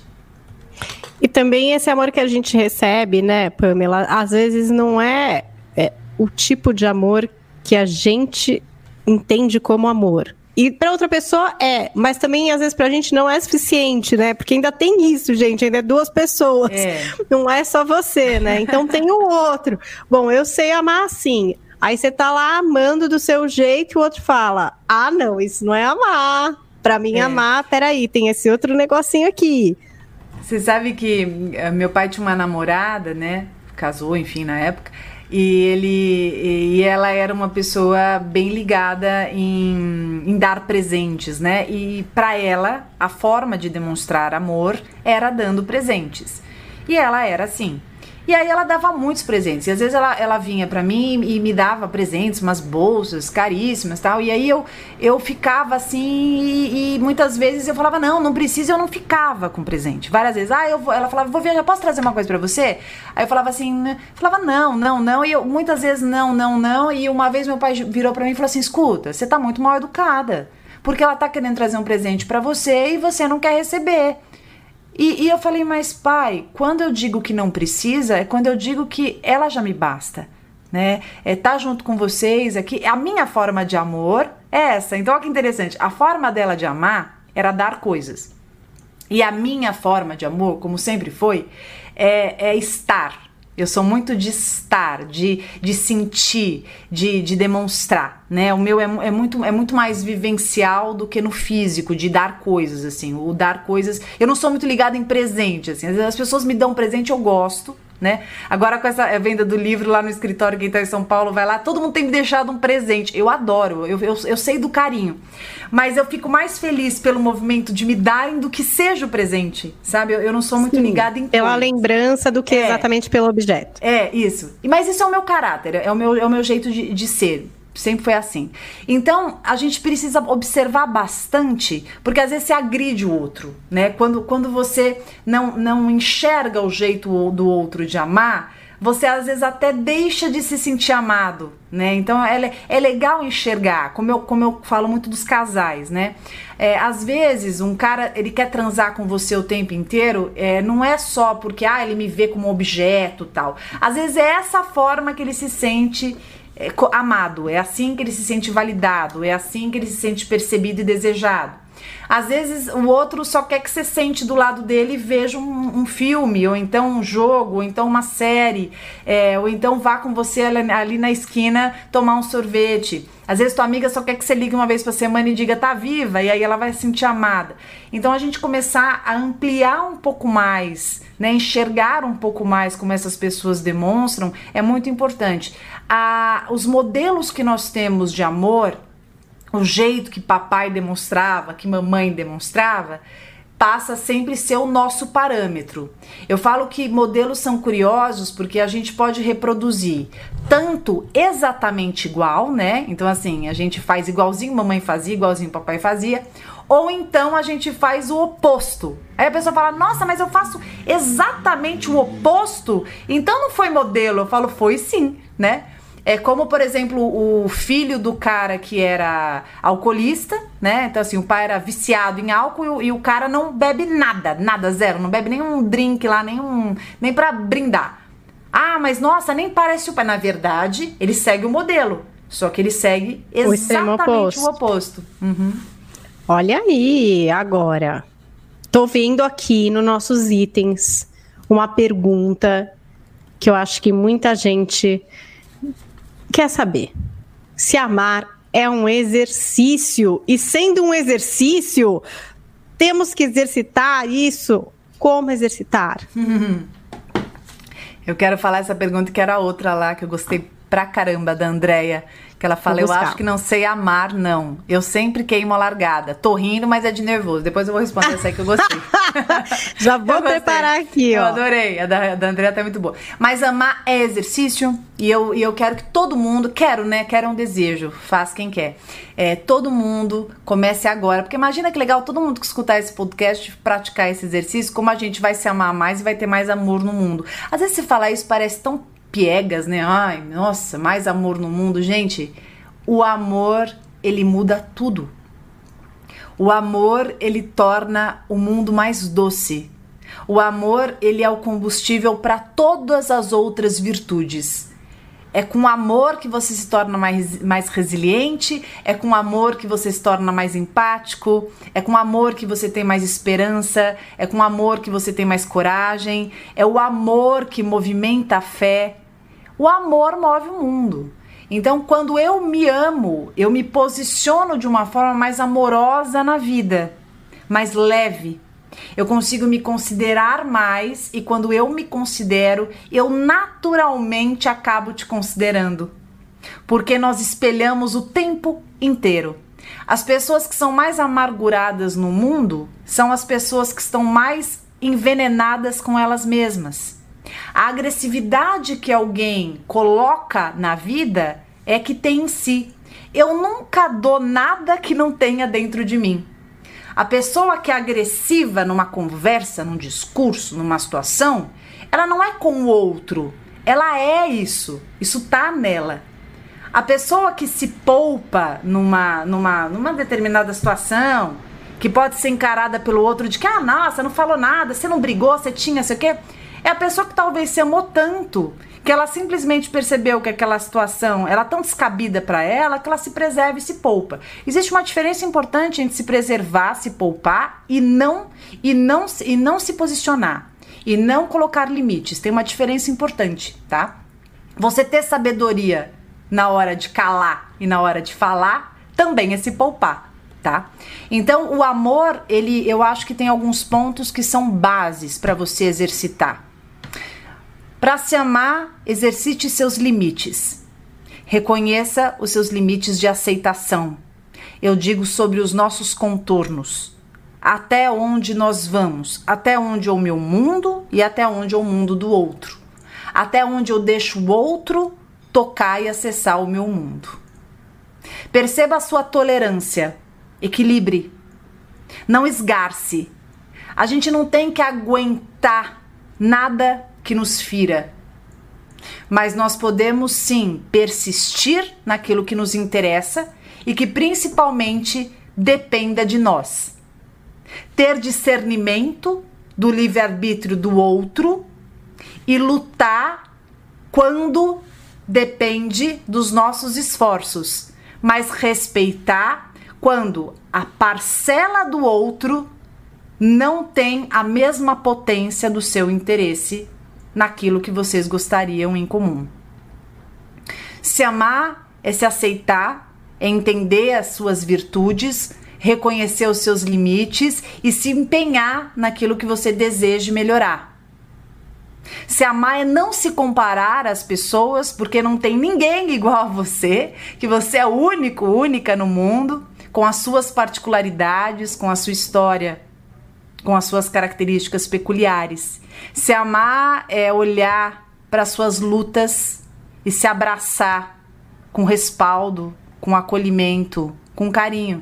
E também esse amor que a gente recebe, né, Pamela? Às vezes não é, é o tipo de amor que a gente entende como amor. E para outra pessoa é, mas também às vezes pra gente não é suficiente, né? Porque ainda tem isso, gente, ainda é duas pessoas. É. Não é só você, né? Então tem o outro. Bom, eu sei amar assim. Aí você tá lá amando do seu jeito e o outro fala, ah, não, isso não é amar. Pra mim, é. amar, peraí, tem esse outro negocinho aqui. Você sabe que meu pai tinha uma namorada, né? Casou, enfim, na época. E, ele, e ela era uma pessoa bem ligada em, em dar presentes, né? E para ela, a forma de demonstrar amor era dando presentes. E ela era assim. E aí ela dava muitos presentes. E às vezes ela, ela vinha pra mim e me dava presentes, umas bolsas caríssimas e tal. E aí eu, eu ficava assim e, e muitas vezes eu falava, não, não precisa, eu não ficava com presente. Várias vezes, ah, eu vou, ela falava, vou viajar, posso trazer uma coisa pra você? Aí eu falava assim, falava, não, não, não. E eu muitas vezes, não, não, não. E uma vez meu pai virou pra mim e falou assim, escuta, você tá muito mal educada. Porque ela tá querendo trazer um presente pra você e você não quer receber. E, e eu falei, mas pai, quando eu digo que não precisa, é quando eu digo que ela já me basta, né? É tá junto com vocês aqui. A minha forma de amor é essa. Então, olha que interessante. A forma dela de amar era dar coisas. E a minha forma de amor, como sempre foi, é, é estar. Eu sou muito de estar, de, de sentir, de, de demonstrar, né? O meu é, é, muito, é muito mais vivencial do que no físico, de dar coisas, assim. O dar coisas... Eu não sou muito ligada em presente, assim. Às vezes as pessoas me dão presente, eu gosto, né? Agora com essa venda do livro lá no escritório, quem tá em São Paulo vai lá, todo mundo tem me deixado um presente. Eu adoro, eu, eu, eu sei do carinho. Mas eu fico mais feliz pelo movimento de me darem do que seja o presente, sabe? Eu, eu não sou muito Sim, ligada em pela coisas. lembrança do que É. exatamente pelo objeto. É, isso. Mas isso é o meu caráter, é o meu, é o meu jeito de, de ser. Sempre foi assim. Então, a gente precisa observar bastante, porque às vezes você agride o outro, né? Quando, quando você não, não enxerga o jeito do outro de amar, você às vezes até deixa de se sentir amado, né? Então, é, é legal enxergar, como eu, como eu falo muito dos casais, né? É, às vezes, um cara, ele quer transar com você o tempo inteiro, é, não é só porque, ah, ele me vê como objeto e tal. Às vezes é essa forma que ele se sente... É, amado, é assim que ele se sente validado, é assim que ele se sente percebido e desejado. Às vezes o outro só quer que você sente do lado dele e veja um, um filme, ou então um jogo, ou então uma série, é, ou então vá com você ali, ali na esquina tomar um sorvete. Às vezes tua amiga só quer que você ligue uma vez por semana e diga tá viva, e aí ela vai se sentir amada. Então a gente começar a ampliar um pouco mais, né, enxergar um pouco mais como essas pessoas demonstram, é muito importante. A, os modelos que nós temos de amor, o jeito que papai demonstrava, que mamãe demonstrava, passa a sempre ser o nosso parâmetro. Eu falo que modelos são curiosos porque a gente pode reproduzir tanto exatamente igual, né? Então assim, a gente faz igualzinho mamãe fazia, igualzinho papai fazia, ou então a gente faz o oposto. Aí a pessoa fala, nossa, mas eu faço exatamente o oposto, então não foi modelo. Eu falo, foi sim, né? É como, por exemplo, o filho do cara que era alcoolista, né? Então, assim, o pai era viciado em álcool e o, e o cara não bebe nada, nada, zero. Não bebe nenhum drink lá, nenhum, nem pra brindar. Ah, mas nossa, nem parece o pai. Na verdade, ele segue o modelo. Só que ele segue exatamente o oposto. O oposto. Uhum. Olha aí, agora. Tô vendo aqui nos nossos itens uma pergunta que eu acho que muita gente... quer saber se amar é um exercício, e sendo um exercício, temos que exercitar isso. Como exercitar? Eu quero falar essa pergunta que era outra lá, que eu gostei pra caramba, da Andréia, que ela fala, eu acho que não sei amar, não. Eu sempre queimo a largada. Tô rindo, mas é de nervoso. Depois eu vou responder essa aí que eu gostei. Já vou preparar aqui, eu ó. Eu adorei. A da, da Andréia tá muito boa. Mas amar é exercício, e eu, e eu quero que todo mundo, quero, né? Quero é um desejo, faz quem quer. É, todo mundo comece agora, porque imagina que legal todo mundo que escutar esse podcast praticar esse exercício, como a gente vai se amar mais e vai ter mais amor no mundo. Às vezes você falar isso parece tão piegas, né? Ai, nossa, mais amor no mundo. Gente, o amor, ele muda tudo. O amor, ele torna o mundo mais doce. O amor, ele é o combustível para todas as outras virtudes. É com amor que você se torna mais, mais resiliente, é com amor que você se torna mais empático, é com amor que você tem mais esperança, é com amor que você tem mais coragem, é o amor que movimenta a fé. O amor move o mundo. Então, quando eu me amo, eu me posiciono de uma forma mais amorosa na vida, mais leve. Eu consigo me considerar mais, e quando eu me considero, eu naturalmente acabo te considerando. Porque nós espelhamos o tempo inteiro. As pessoas que são mais amarguradas no mundo são as pessoas que estão mais envenenadas com elas mesmas. A agressividade que alguém coloca na vida é que tem em si. Eu nunca dou nada que não tenha dentro de mim. A pessoa que é agressiva numa conversa, num discurso, numa situação, ela não é com o outro, ela é isso, isso tá nela. A pessoa que se poupa numa, numa, numa determinada situação, que pode ser encarada pelo outro de que, ah, nossa, não falou nada, você não brigou, você tinha, sei o quê, é a pessoa que talvez se amou tanto, que ela simplesmente percebeu que aquela situação era tão descabida para ela, que ela se preserva e se poupa. Existe uma diferença importante entre se preservar, se poupar e não, e não, e não se posicionar, e não colocar limites. Tem uma diferença importante, tá? Você ter sabedoria na hora de calar e na hora de falar também é se poupar, tá? Então, o amor, ele, eu acho que tem alguns pontos que são bases para você exercitar. Para se amar, exercite seus limites. Reconheça os seus limites de aceitação. Eu digo sobre os nossos contornos. Até onde nós vamos, até onde é o meu mundo e até onde é o mundo do outro. Até onde eu deixo o outro tocar e acessar o meu mundo. Perceba a sua tolerância. Equilibre. Não esgarce. A gente não tem que aguentar nada que nos fira. Mas nós podemos sim persistir naquilo que nos interessa e que principalmente dependa de nós. Ter discernimento do livre-arbítrio do outro e lutar quando depende dos nossos esforços, mas respeitar quando a parcela do outro não tem a mesma potência do seu interesse naquilo que vocês gostariam em comum. Se amar é se aceitar, é entender as suas virtudes, reconhecer os seus limites e se empenhar naquilo que você deseja melhorar. Se amar é não se comparar às pessoas, porque não tem ninguém igual a você, que você é único, única no mundo, com as suas particularidades, com a sua história, com as suas características peculiares. Se amar é olhar para as suas lutas e se abraçar com respaldo, com acolhimento, com carinho.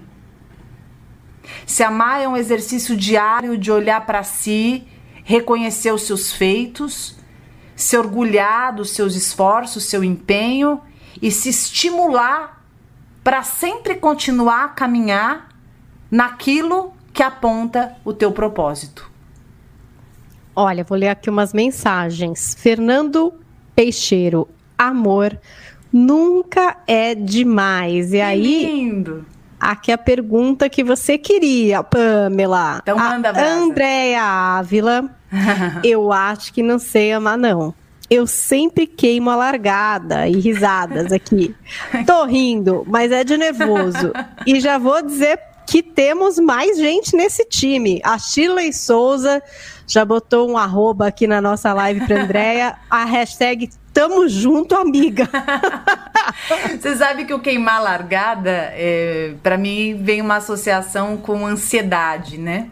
Se amar é um exercício diário de olhar para si, reconhecer os seus feitos, se orgulhar dos seus esforços, seu empenho e se estimular para sempre continuar a caminhar naquilo que aponta o teu propósito. Olha, vou ler aqui umas mensagens. Fernando Peixeiro, amor nunca é demais. E que aí, lindo. Aqui a pergunta que você queria, Pamela. Então manda, a Andréia Ávila, eu acho que não sei amar, não. Eu sempre queimo a largada e risadas aqui. Tô rindo, mas é de nervoso. E já vou dizer que temos mais gente nesse time. A Shirley Souza já botou um arroba aqui na nossa live para Andréia, a hashtag tamo junto, amiga. Você sabe que o queimar largada, é, para mim, vem uma associação com ansiedade, né?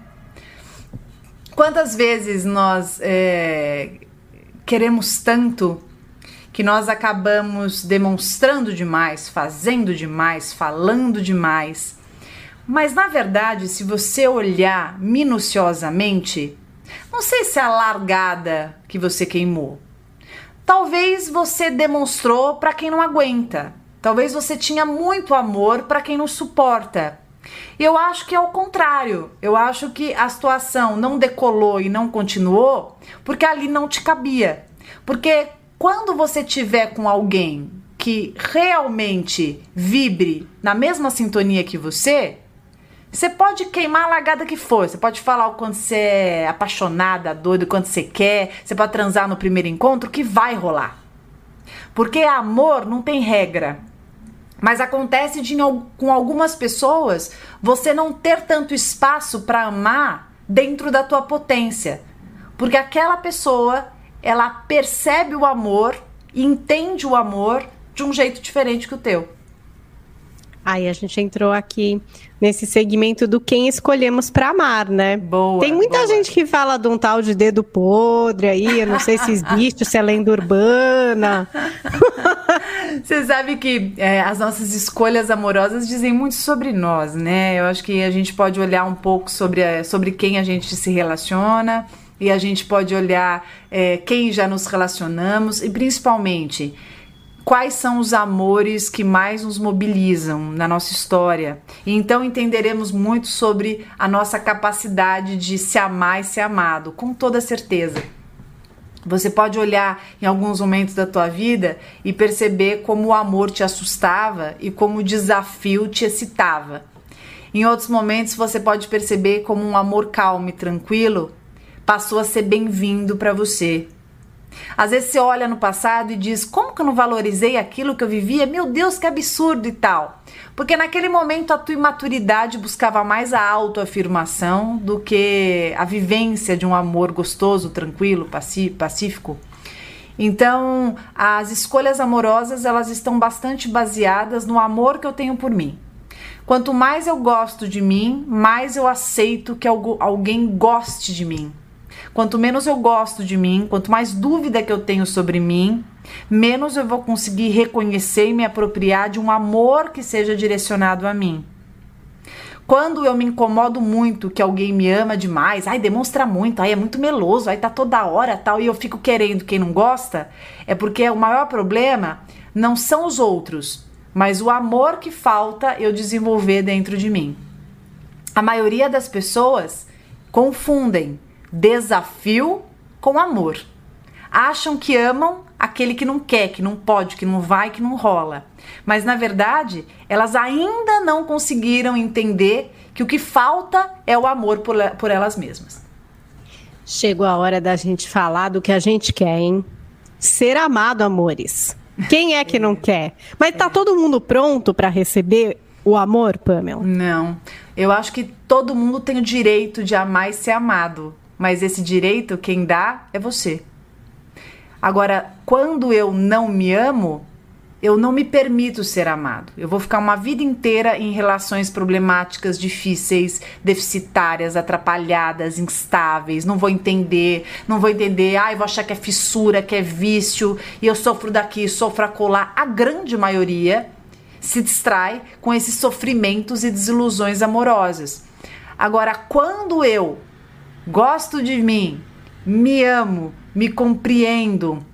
Quantas vezes nós é, queremos tanto que nós acabamos demonstrando demais, fazendo demais, falando demais. Mas, na verdade, se você olhar minuciosamente, não sei se é a largada que você queimou. Talvez você demonstrou para quem não aguenta. Talvez você tinha muito amor para quem não suporta. Eu acho que é o contrário. Eu acho que a situação não decolou e não continuou porque ali não te cabia. Porque quando você tiver com alguém que realmente vibre na mesma sintonia que você, você pode queimar a largada que for. Você pode falar o quanto você é apaixonada, doido, o quanto você quer. Você pode transar no primeiro encontro, que vai rolar. Porque amor não tem regra. Mas acontece de, com algumas pessoas, você não ter tanto espaço para amar dentro da tua potência. Porque aquela pessoa, ela percebe o amor e entende o amor de um jeito diferente que o teu. Aí a gente entrou aqui nesse segmento do quem escolhemos para amar, né? Boa. Tem muita boa. gente que fala de um tal de dedo podre aí, eu não sei se existe, se é lenda urbana. Você sabe que é, as nossas escolhas amorosas dizem muito sobre nós, né? Eu acho que a gente pode olhar um pouco sobre, a, sobre quem a gente se relaciona e a gente pode olhar é, quem já nos relacionamos e principalmente quais são os amores que mais nos mobilizam na nossa história. E então entenderemos muito sobre a nossa capacidade de se amar e ser amado, com toda certeza. Você pode olhar em alguns momentos da tua vida e perceber como o amor te assustava e como o desafio te excitava. Em outros momentos você pode perceber como um amor calmo e tranquilo passou a ser bem-vindo para você. Às vezes você olha no passado e diz, como que eu não valorizei aquilo que eu vivia? Meu Deus, que absurdo e tal. Porque naquele momento a tua imaturidade buscava mais a autoafirmação do que a vivência de um amor gostoso, tranquilo, pacífico. Então, as escolhas amorosas, elas estão bastante baseadas no amor que eu tenho por mim. Quanto mais eu gosto de mim, mais eu aceito que alguém goste de mim. Quanto menos eu gosto de mim, quanto mais dúvida que eu tenho sobre mim, menos eu vou conseguir reconhecer e me apropriar de um amor que seja direcionado a mim. Quando eu me incomodo muito que alguém me ama demais, ai, demonstra muito, ai, é muito meloso, ai, tá toda hora, tal, e eu fico querendo quem não gosta, é porque o maior problema não são os outros, mas o amor que falta eu desenvolver dentro de mim. A maioria das pessoas confundem desafio com amor. Acham que amam aquele que não quer, que não pode, que não vai, que não rola. Mas, na verdade, elas ainda não conseguiram entender que o que falta é o amor por, por elas mesmas. Chegou a hora da gente falar do que a gente quer, hein? Ser amado, amores. Quem é que não quer? Mas tá todo mundo pronto para receber o amor, Pamela? Não. Eu acho que todo mundo tem o direito de amar e ser amado. Mas esse direito, quem dá é você. Agora, quando eu não me amo, eu não me permito ser amado. Eu vou ficar uma vida inteira em relações problemáticas, difíceis, deficitárias, atrapalhadas, instáveis. Não vou entender, não vou entender. Ai, vou achar que é fissura, que é vício, e eu sofro daqui, sofro acolá. A grande maioria se distrai com esses sofrimentos e desilusões amorosas. Agora, quando eu gosto de mim, me amo, me compreendo,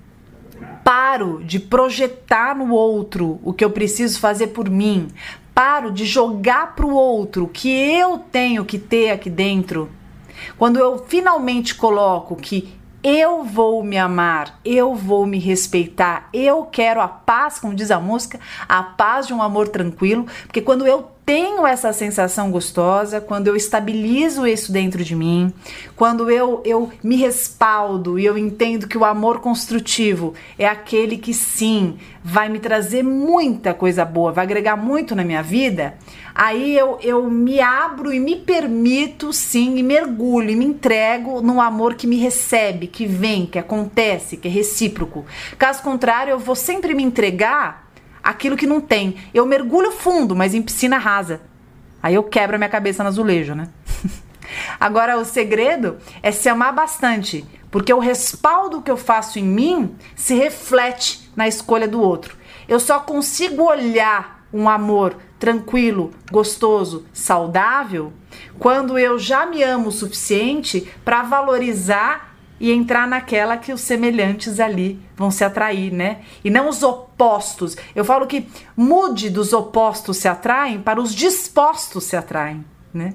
paro de projetar no outro o que eu preciso fazer por mim, paro de jogar para o outro o que eu tenho que ter aqui dentro. Quando eu finalmente coloco que eu vou me amar, eu vou me respeitar, eu quero a paz, como diz a música, a paz de um amor tranquilo, porque quando eu tenho essa sensação gostosa, quando eu estabilizo isso dentro de mim, quando eu, eu me respaldo e eu entendo que o amor construtivo é aquele que sim, vai me trazer muita coisa boa, vai agregar muito na minha vida, aí eu, eu me abro e me permito sim, e mergulho e me entrego no amor que me recebe, que vem, que acontece, que é recíproco. Caso contrário, eu vou sempre me entregar aquilo que não tem. Eu mergulho fundo, mas em piscina rasa. Aí eu quebro a minha cabeça no azulejo, né? Agora, o segredo é se amar bastante, porque o respaldo que eu faço em mim se reflete na escolha do outro. Eu só consigo olhar um amor tranquilo, gostoso, saudável, quando eu já me amo o suficiente para valorizar e entrar naquela que os semelhantes ali vão se atrair, né? E não os opostos. Eu falo que mude dos opostos se atraem para os dispostos se atraem, né?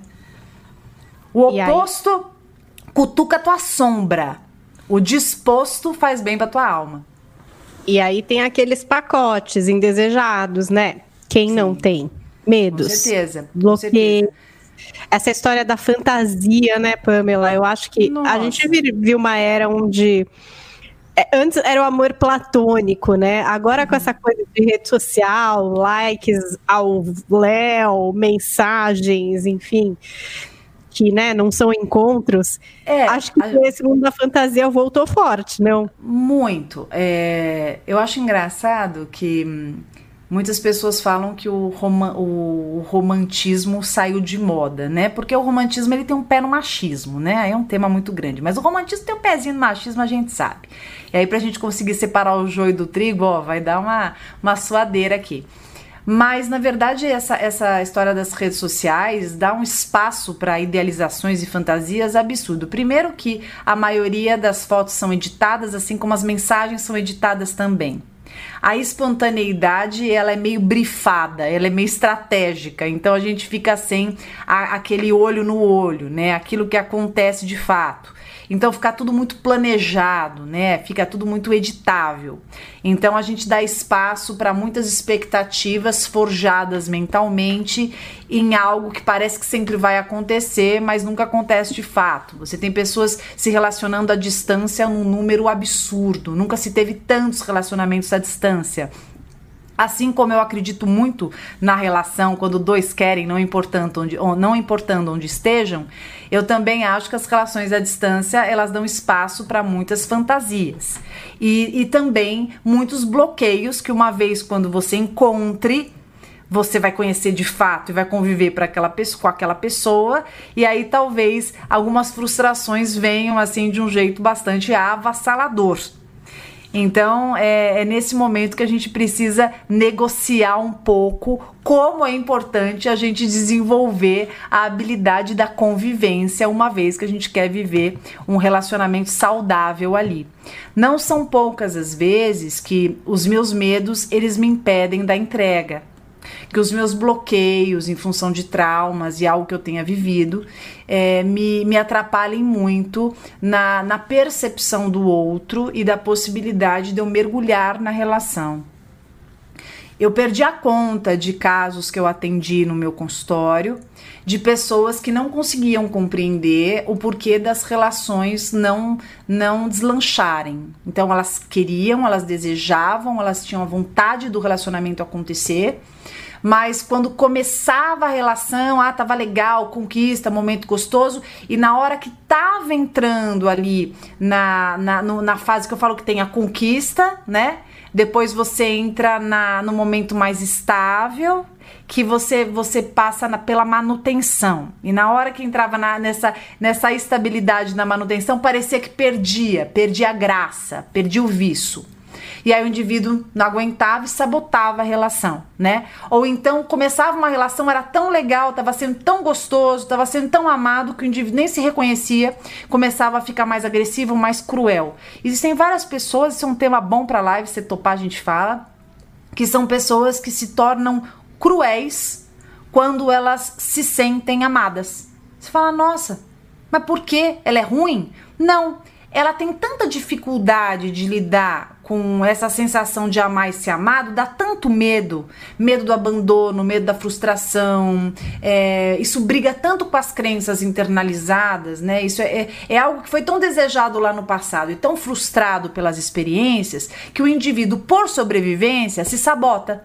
O oposto cutuca a tua sombra. O disposto faz bem pra tua alma. E aí tem aqueles pacotes indesejados, né? Quem Sim. não tem? Medos. Com certeza. Bloqueio. Com certeza. Essa história da fantasia, né, Pamela? Eu acho que Nossa. a gente viu uma era onde antes era o amor platônico, né? Agora uhum. com essa coisa de rede social, likes ao léu, mensagens, enfim, que, né, não são encontros. É, acho que a... esse mundo da fantasia voltou forte, não? Muito. É, eu acho engraçado que Muitas pessoas falam que o, rom- o romantismo saiu de moda, né? Porque o romantismo ele tem um pé no machismo, né? Aí é um tema muito grande. Mas o romantismo tem um pezinho no machismo, a gente sabe. E aí pra gente conseguir separar o joio do trigo, ó, vai dar uma, uma suadeira aqui. Mas, na verdade, essa, essa história das redes sociais dá um espaço para idealizações e fantasias absurdo. Primeiro que a maioria das fotos são editadas, assim como as mensagens são editadas também. A espontaneidade, ela é meio brifada, ela é meio estratégica, então a gente fica sem a, aquele olho no olho, né? Aquilo que acontece de fato. Então fica tudo muito planejado, né? Fica tudo muito editável. Então a gente dá espaço para muitas expectativas forjadas mentalmente em algo que parece que sempre vai acontecer, mas nunca acontece de fato. Você tem pessoas se relacionando à distância num número absurdo. Nunca se teve tantos relacionamentos à distância. Assim como eu acredito muito na relação quando dois querem, não importando onde, não importando onde estejam, eu também acho que as relações à distância, elas dão espaço para muitas fantasias. E, e também muitos bloqueios que uma vez quando você encontre, você vai conhecer de fato e vai conviver para aquela pessoa, com aquela pessoa, e aí talvez algumas frustrações venham assim de um jeito bastante avassalador. Então, é, é nesse momento que a gente precisa negociar um pouco como é importante a gente desenvolver a habilidade da convivência, uma vez que a gente quer viver um relacionamento saudável ali. Não são poucas as vezes que os meus medos, eles me impedem da entrega. Que os meus bloqueios em função de traumas e algo que eu tenha vivido é, me, me atrapalhem muito na, na percepção do outro e da possibilidade de eu mergulhar na relação. Eu perdi a conta de casos que eu atendi no meu consultório, de pessoas que não conseguiam compreender o porquê das relações não, não deslancharem. Então elas queriam, elas desejavam, elas tinham a vontade do relacionamento acontecer, mas quando começava a relação, ah, tava legal, conquista, momento gostoso, e na hora que tava entrando ali na, na, no, na fase que eu falo que tem a conquista, né? Depois você entra na, no momento mais estável, que você, você passa na, pela manutenção. E na hora que entrava na, nessa, nessa estabilidade na manutenção, parecia que perdia, perdia a graça, perdia o viço. E aí o indivíduo não aguentava e sabotava a relação, né? Ou então começava uma relação, era tão legal, estava sendo tão gostoso, estava sendo tão amado que o indivíduo nem se reconhecia, começava a ficar mais agressivo, mais cruel. Existem várias pessoas, isso é um tema bom para live, se topar a gente fala, que são pessoas que se tornam cruéis quando elas se sentem amadas. Você fala, nossa, mas por quê? Ela é ruim? Não, ela tem tanta dificuldade de lidar com essa sensação de amar e ser amado, dá tanto medo, medo do abandono, medo da frustração, é, isso briga tanto com as crenças internalizadas, né? Isso é, é, é algo que foi tão desejado lá no passado e tão frustrado pelas experiências que o indivíduo, por sobrevivência, se sabota.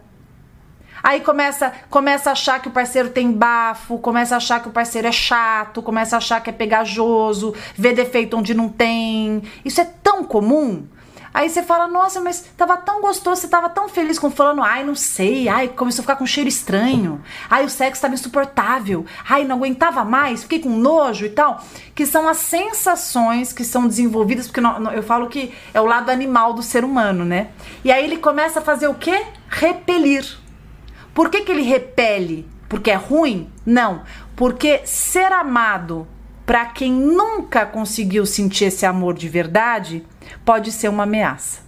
Aí começa, começa a achar que o parceiro tem bafo, começa a achar que o parceiro é chato, começa a achar que é pegajoso, vê defeito onde não tem. Isso é tão comum. Aí você fala, nossa, mas tava tão gostoso, você tava tão feliz com fulano, ai, não sei, ai, começou a ficar com um cheiro estranho, ai, o sexo tava insuportável, ai, não aguentava mais, fiquei com nojo e tal, que são as sensações que são desenvolvidas, porque eu falo que é o lado animal do ser humano, né? E aí ele começa a fazer o quê? Repelir. Por que que ele repele? Porque é ruim? Não, porque ser amado para quem nunca conseguiu sentir esse amor de verdade pode ser uma ameaça.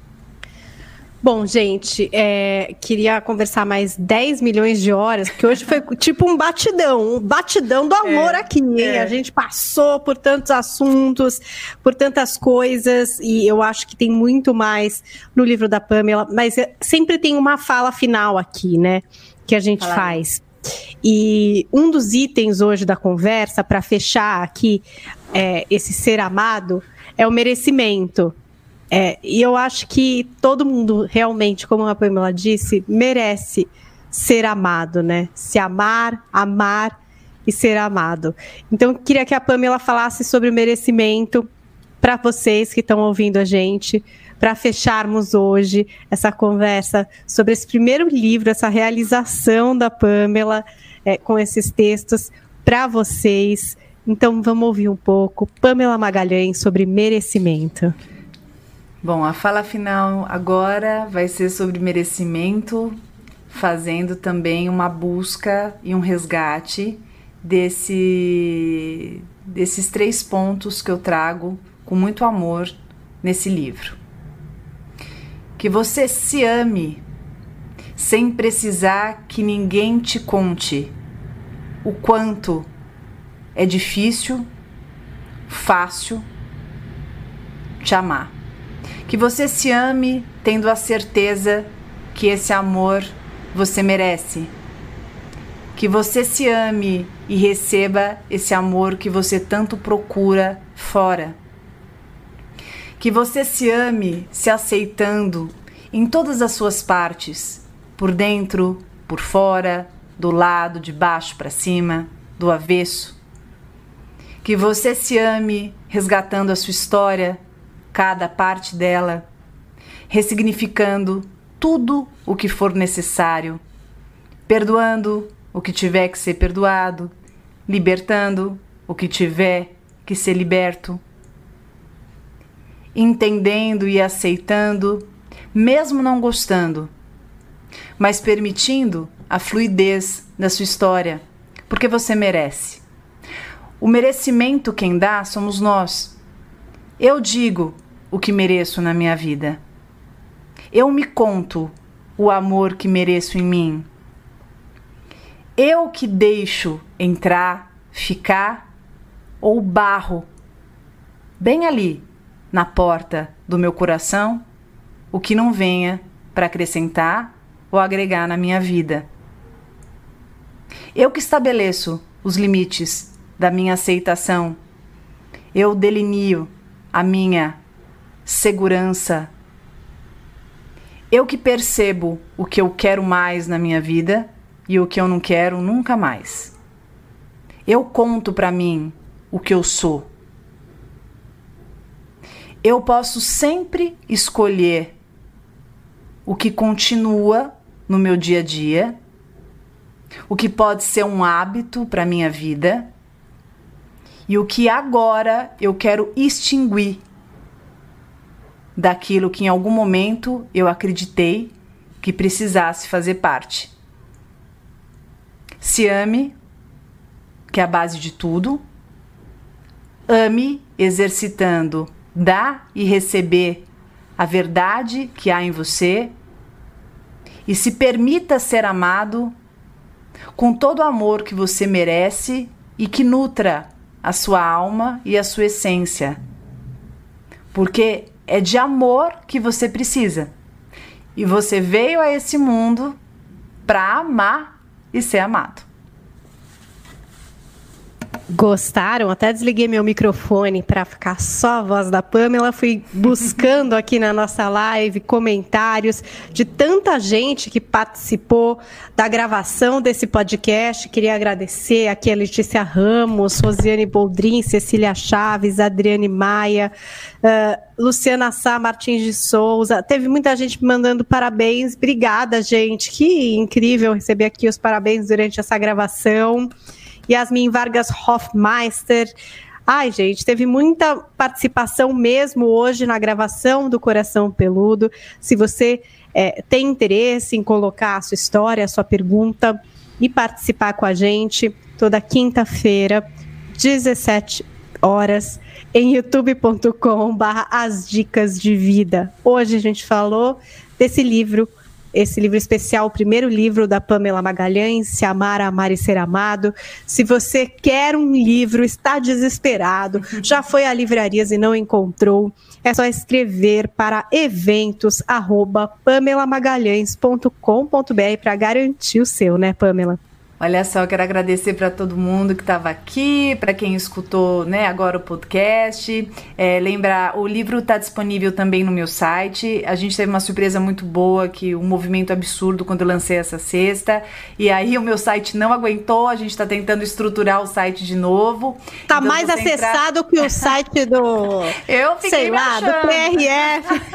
Bom, gente, é, queria conversar mais dez milhões de horas, porque hoje foi tipo um batidão, um batidão do amor é, aqui, hein? É. A gente passou por tantos assuntos, por tantas coisas, e eu acho que tem muito mais no livro da Pamela, mas sempre tem uma fala final aqui, né, que a gente Fala faz. Aí. E um dos itens hoje da conversa, para fechar aqui é, esse ser amado, é o merecimento. É, e eu acho que todo mundo realmente, como a Pamela disse, merece ser amado, né? Se amar, amar e ser amado. Então, eu queria que a Pamela falasse sobre o merecimento para vocês que estão ouvindo a gente, para fecharmos hoje essa conversa sobre esse primeiro livro, essa realização da Pamela é, com esses textos para vocês. Então vamos ouvir um pouco Pamela Magalhães sobre merecimento. Bom, a fala final agora vai ser sobre merecimento, fazendo também uma busca e um resgate desse, desses três pontos que eu trago com muito amor nesse livro. Que você se ame sem precisar que ninguém te conte o quanto é difícil, fácil te amar. Que você se ame tendo a certeza que esse amor você merece. Que você se ame e receba esse amor que você tanto procura fora. Que você se ame se aceitando em todas as suas partes, por dentro, por fora, do lado, de baixo para cima, do avesso. Que você se ame resgatando a sua história, cada parte dela, ressignificando tudo o que for necessário, perdoando o que tiver que ser perdoado, libertando o que tiver que ser liberto, entendendo e aceitando, mesmo não gostando, mas permitindo a fluidez da sua história, porque você merece. O merecimento quem dá somos nós. Eu digo o que mereço na minha vida. Eu me conto o amor que mereço em mim. Eu que deixo entrar, ficar ou barro bem ali na porta do meu coração o que não venha para acrescentar ou agregar na minha vida. Eu que estabeleço os limites da minha aceitação. Eu delineo a minha segurança. Eu que percebo o que eu quero mais na minha vida e o que eu não quero nunca mais. Eu conto para mim o que eu sou. Eu posso sempre escolher o que continua no meu dia a dia, o que pode ser um hábito para minha vida e o que agora eu quero extinguir daquilo que em algum momento eu acreditei que precisasse fazer parte. Se ame, que é a base de tudo. Ame exercitando dar e receber a verdade que há em você e se permita ser amado com todo o amor que você merece e que nutra a sua alma e a sua essência. Porque é de amor que você precisa. E você veio a esse mundo para amar e ser amado. Gostaram? Até desliguei meu microfone para ficar só a voz da Pamela. Fui buscando aqui na nossa live comentários de tanta gente que participou da gravação desse podcast. Queria agradecer aqui a Letícia Ramos, Rosiane Boldrin, Cecília Chaves, Adriane Maia, uh, Luciana Sá Martins de Souza. Teve muita gente me mandando parabéns. Obrigada, gente. Que incrível receber aqui os parabéns durante essa gravação. Yasmin Vargas Hofmeister. Ai, gente, teve muita participação mesmo hoje na gravação do Coração Peludo. Se você é, tem interesse em colocar a sua história, a sua pergunta e participar com a gente, toda quinta-feira, dezessete horas, em youtube ponto com barra as dicas de vida. Hoje a gente falou desse livro, esse livro especial, o primeiro livro da Pamela Magalhães, Se Amar, Amar e Ser Amado. Se você quer um livro, está desesperado, já foi a livrarias e não encontrou, é só escrever para eventos arroba pamela magalhães ponto com ponto br para garantir o seu, né, Pamela? Olha só, eu quero agradecer para todo mundo que estava aqui, para quem escutou, né, agora o podcast. É, lembrar, o livro está disponível também no meu site. A gente teve uma surpresa muito boa, que um movimento absurdo quando eu lancei essa sexta. E aí o meu site não aguentou, a gente está tentando estruturar o site de novo. Tá então, mais acessado entrar... que o site do, eu fiquei sei lá, achando. do P R F.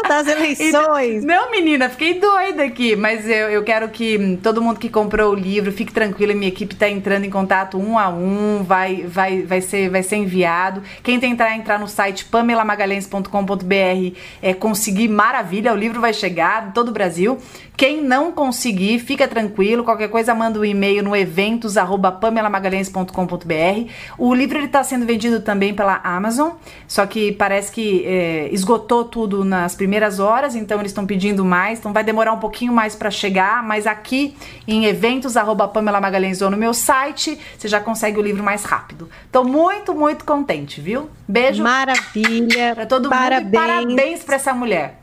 das eleições. Não, menina, fiquei doida aqui, mas eu, eu quero que todo mundo que comprou o livro fique tranquilo, minha equipe está entrando em contato um a um, vai, vai, vai, ser, vai ser enviado. Quem tentar entrar no site pamela magalhães ponto com ponto b r é conseguir, maravilha, o livro vai chegar em todo o Brasil. Quem não conseguir, fica tranquilo, qualquer coisa manda um e-mail no eventos arroba pamela magalhães ponto com ponto b r. O livro está sendo vendido também pela Amazon, só que parece que é, esgotou tudo nas primeiras horas, então eles estão pedindo mais, então vai demorar um pouquinho mais para chegar, mas aqui em eventos arroba pamela magalhães ou no meu site, você já consegue o livro mais rápido. Tô muito, muito contente, viu? Beijo. Maravilha. Para todo parabéns. mundo e parabéns para essa mulher.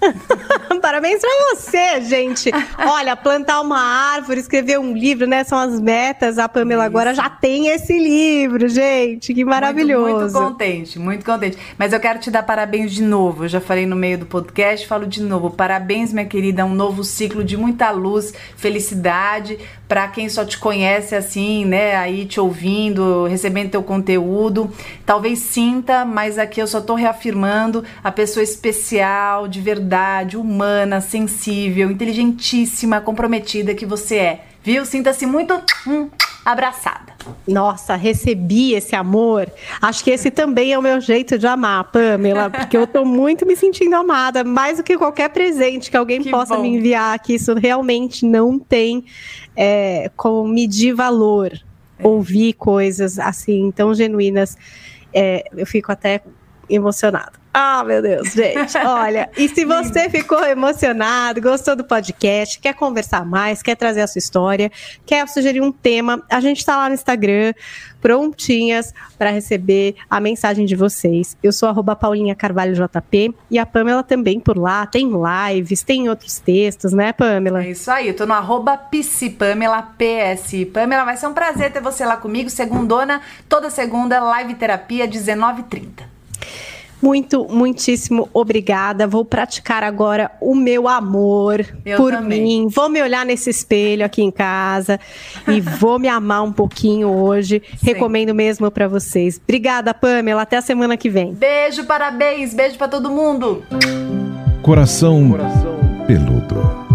Parabéns pra você, gente. Olha, plantar uma árvore, escrever um livro, né? São as metas. A Pamela Isso. agora já tem esse livro, gente. Que maravilhoso. Muito, muito contente, muito contente. Mas eu quero te dar parabéns de novo. Eu já falei no meio do podcast, falo de novo. Parabéns, minha querida. Um novo ciclo de muita luz, felicidade. Pra quem só te conhece assim, né? Aí te ouvindo, recebendo teu conteúdo. Talvez sinta, mas aqui eu só tô reafirmando a pessoa especial, de verdade, humana, sensível, inteligentíssima, comprometida que você é, viu? Sinta-se muito hum, abraçada. Nossa, recebi esse amor. Acho que esse também é o meu jeito de amar, Pamela, porque eu tô muito me sentindo amada, mais do que qualquer presente que alguém que possa bom. me enviar, que isso realmente não tem é, como medir valor. É. Ouvir coisas assim, tão genuínas, é, eu fico até emocionada. Ah, meu Deus, gente, olha, e se você ficou emocionado, gostou do podcast, quer conversar mais, quer trazer a sua história, quer sugerir um tema, a gente tá lá no Instagram, prontinhas para receber a mensagem de vocês. Eu sou arroba Paulinha Carvalho J P e a Pamela também por lá, tem lives, tem outros textos, né, Pamela? É isso aí, eu tô no arroba psipamela, P S I Pamela, vai ser um prazer ter você lá comigo, segundona, toda segunda, live terapia, dezenove e trinta. Muito, muitíssimo obrigada. Vou praticar agora o meu amor Eu por também. mim. Vou me olhar nesse espelho aqui em casa e vou me amar um pouquinho hoje. Sim. Recomendo mesmo para vocês. Obrigada, Pamela. Até a semana que vem. Beijo, parabéns. Beijo para todo mundo. Coração, Coração peludo.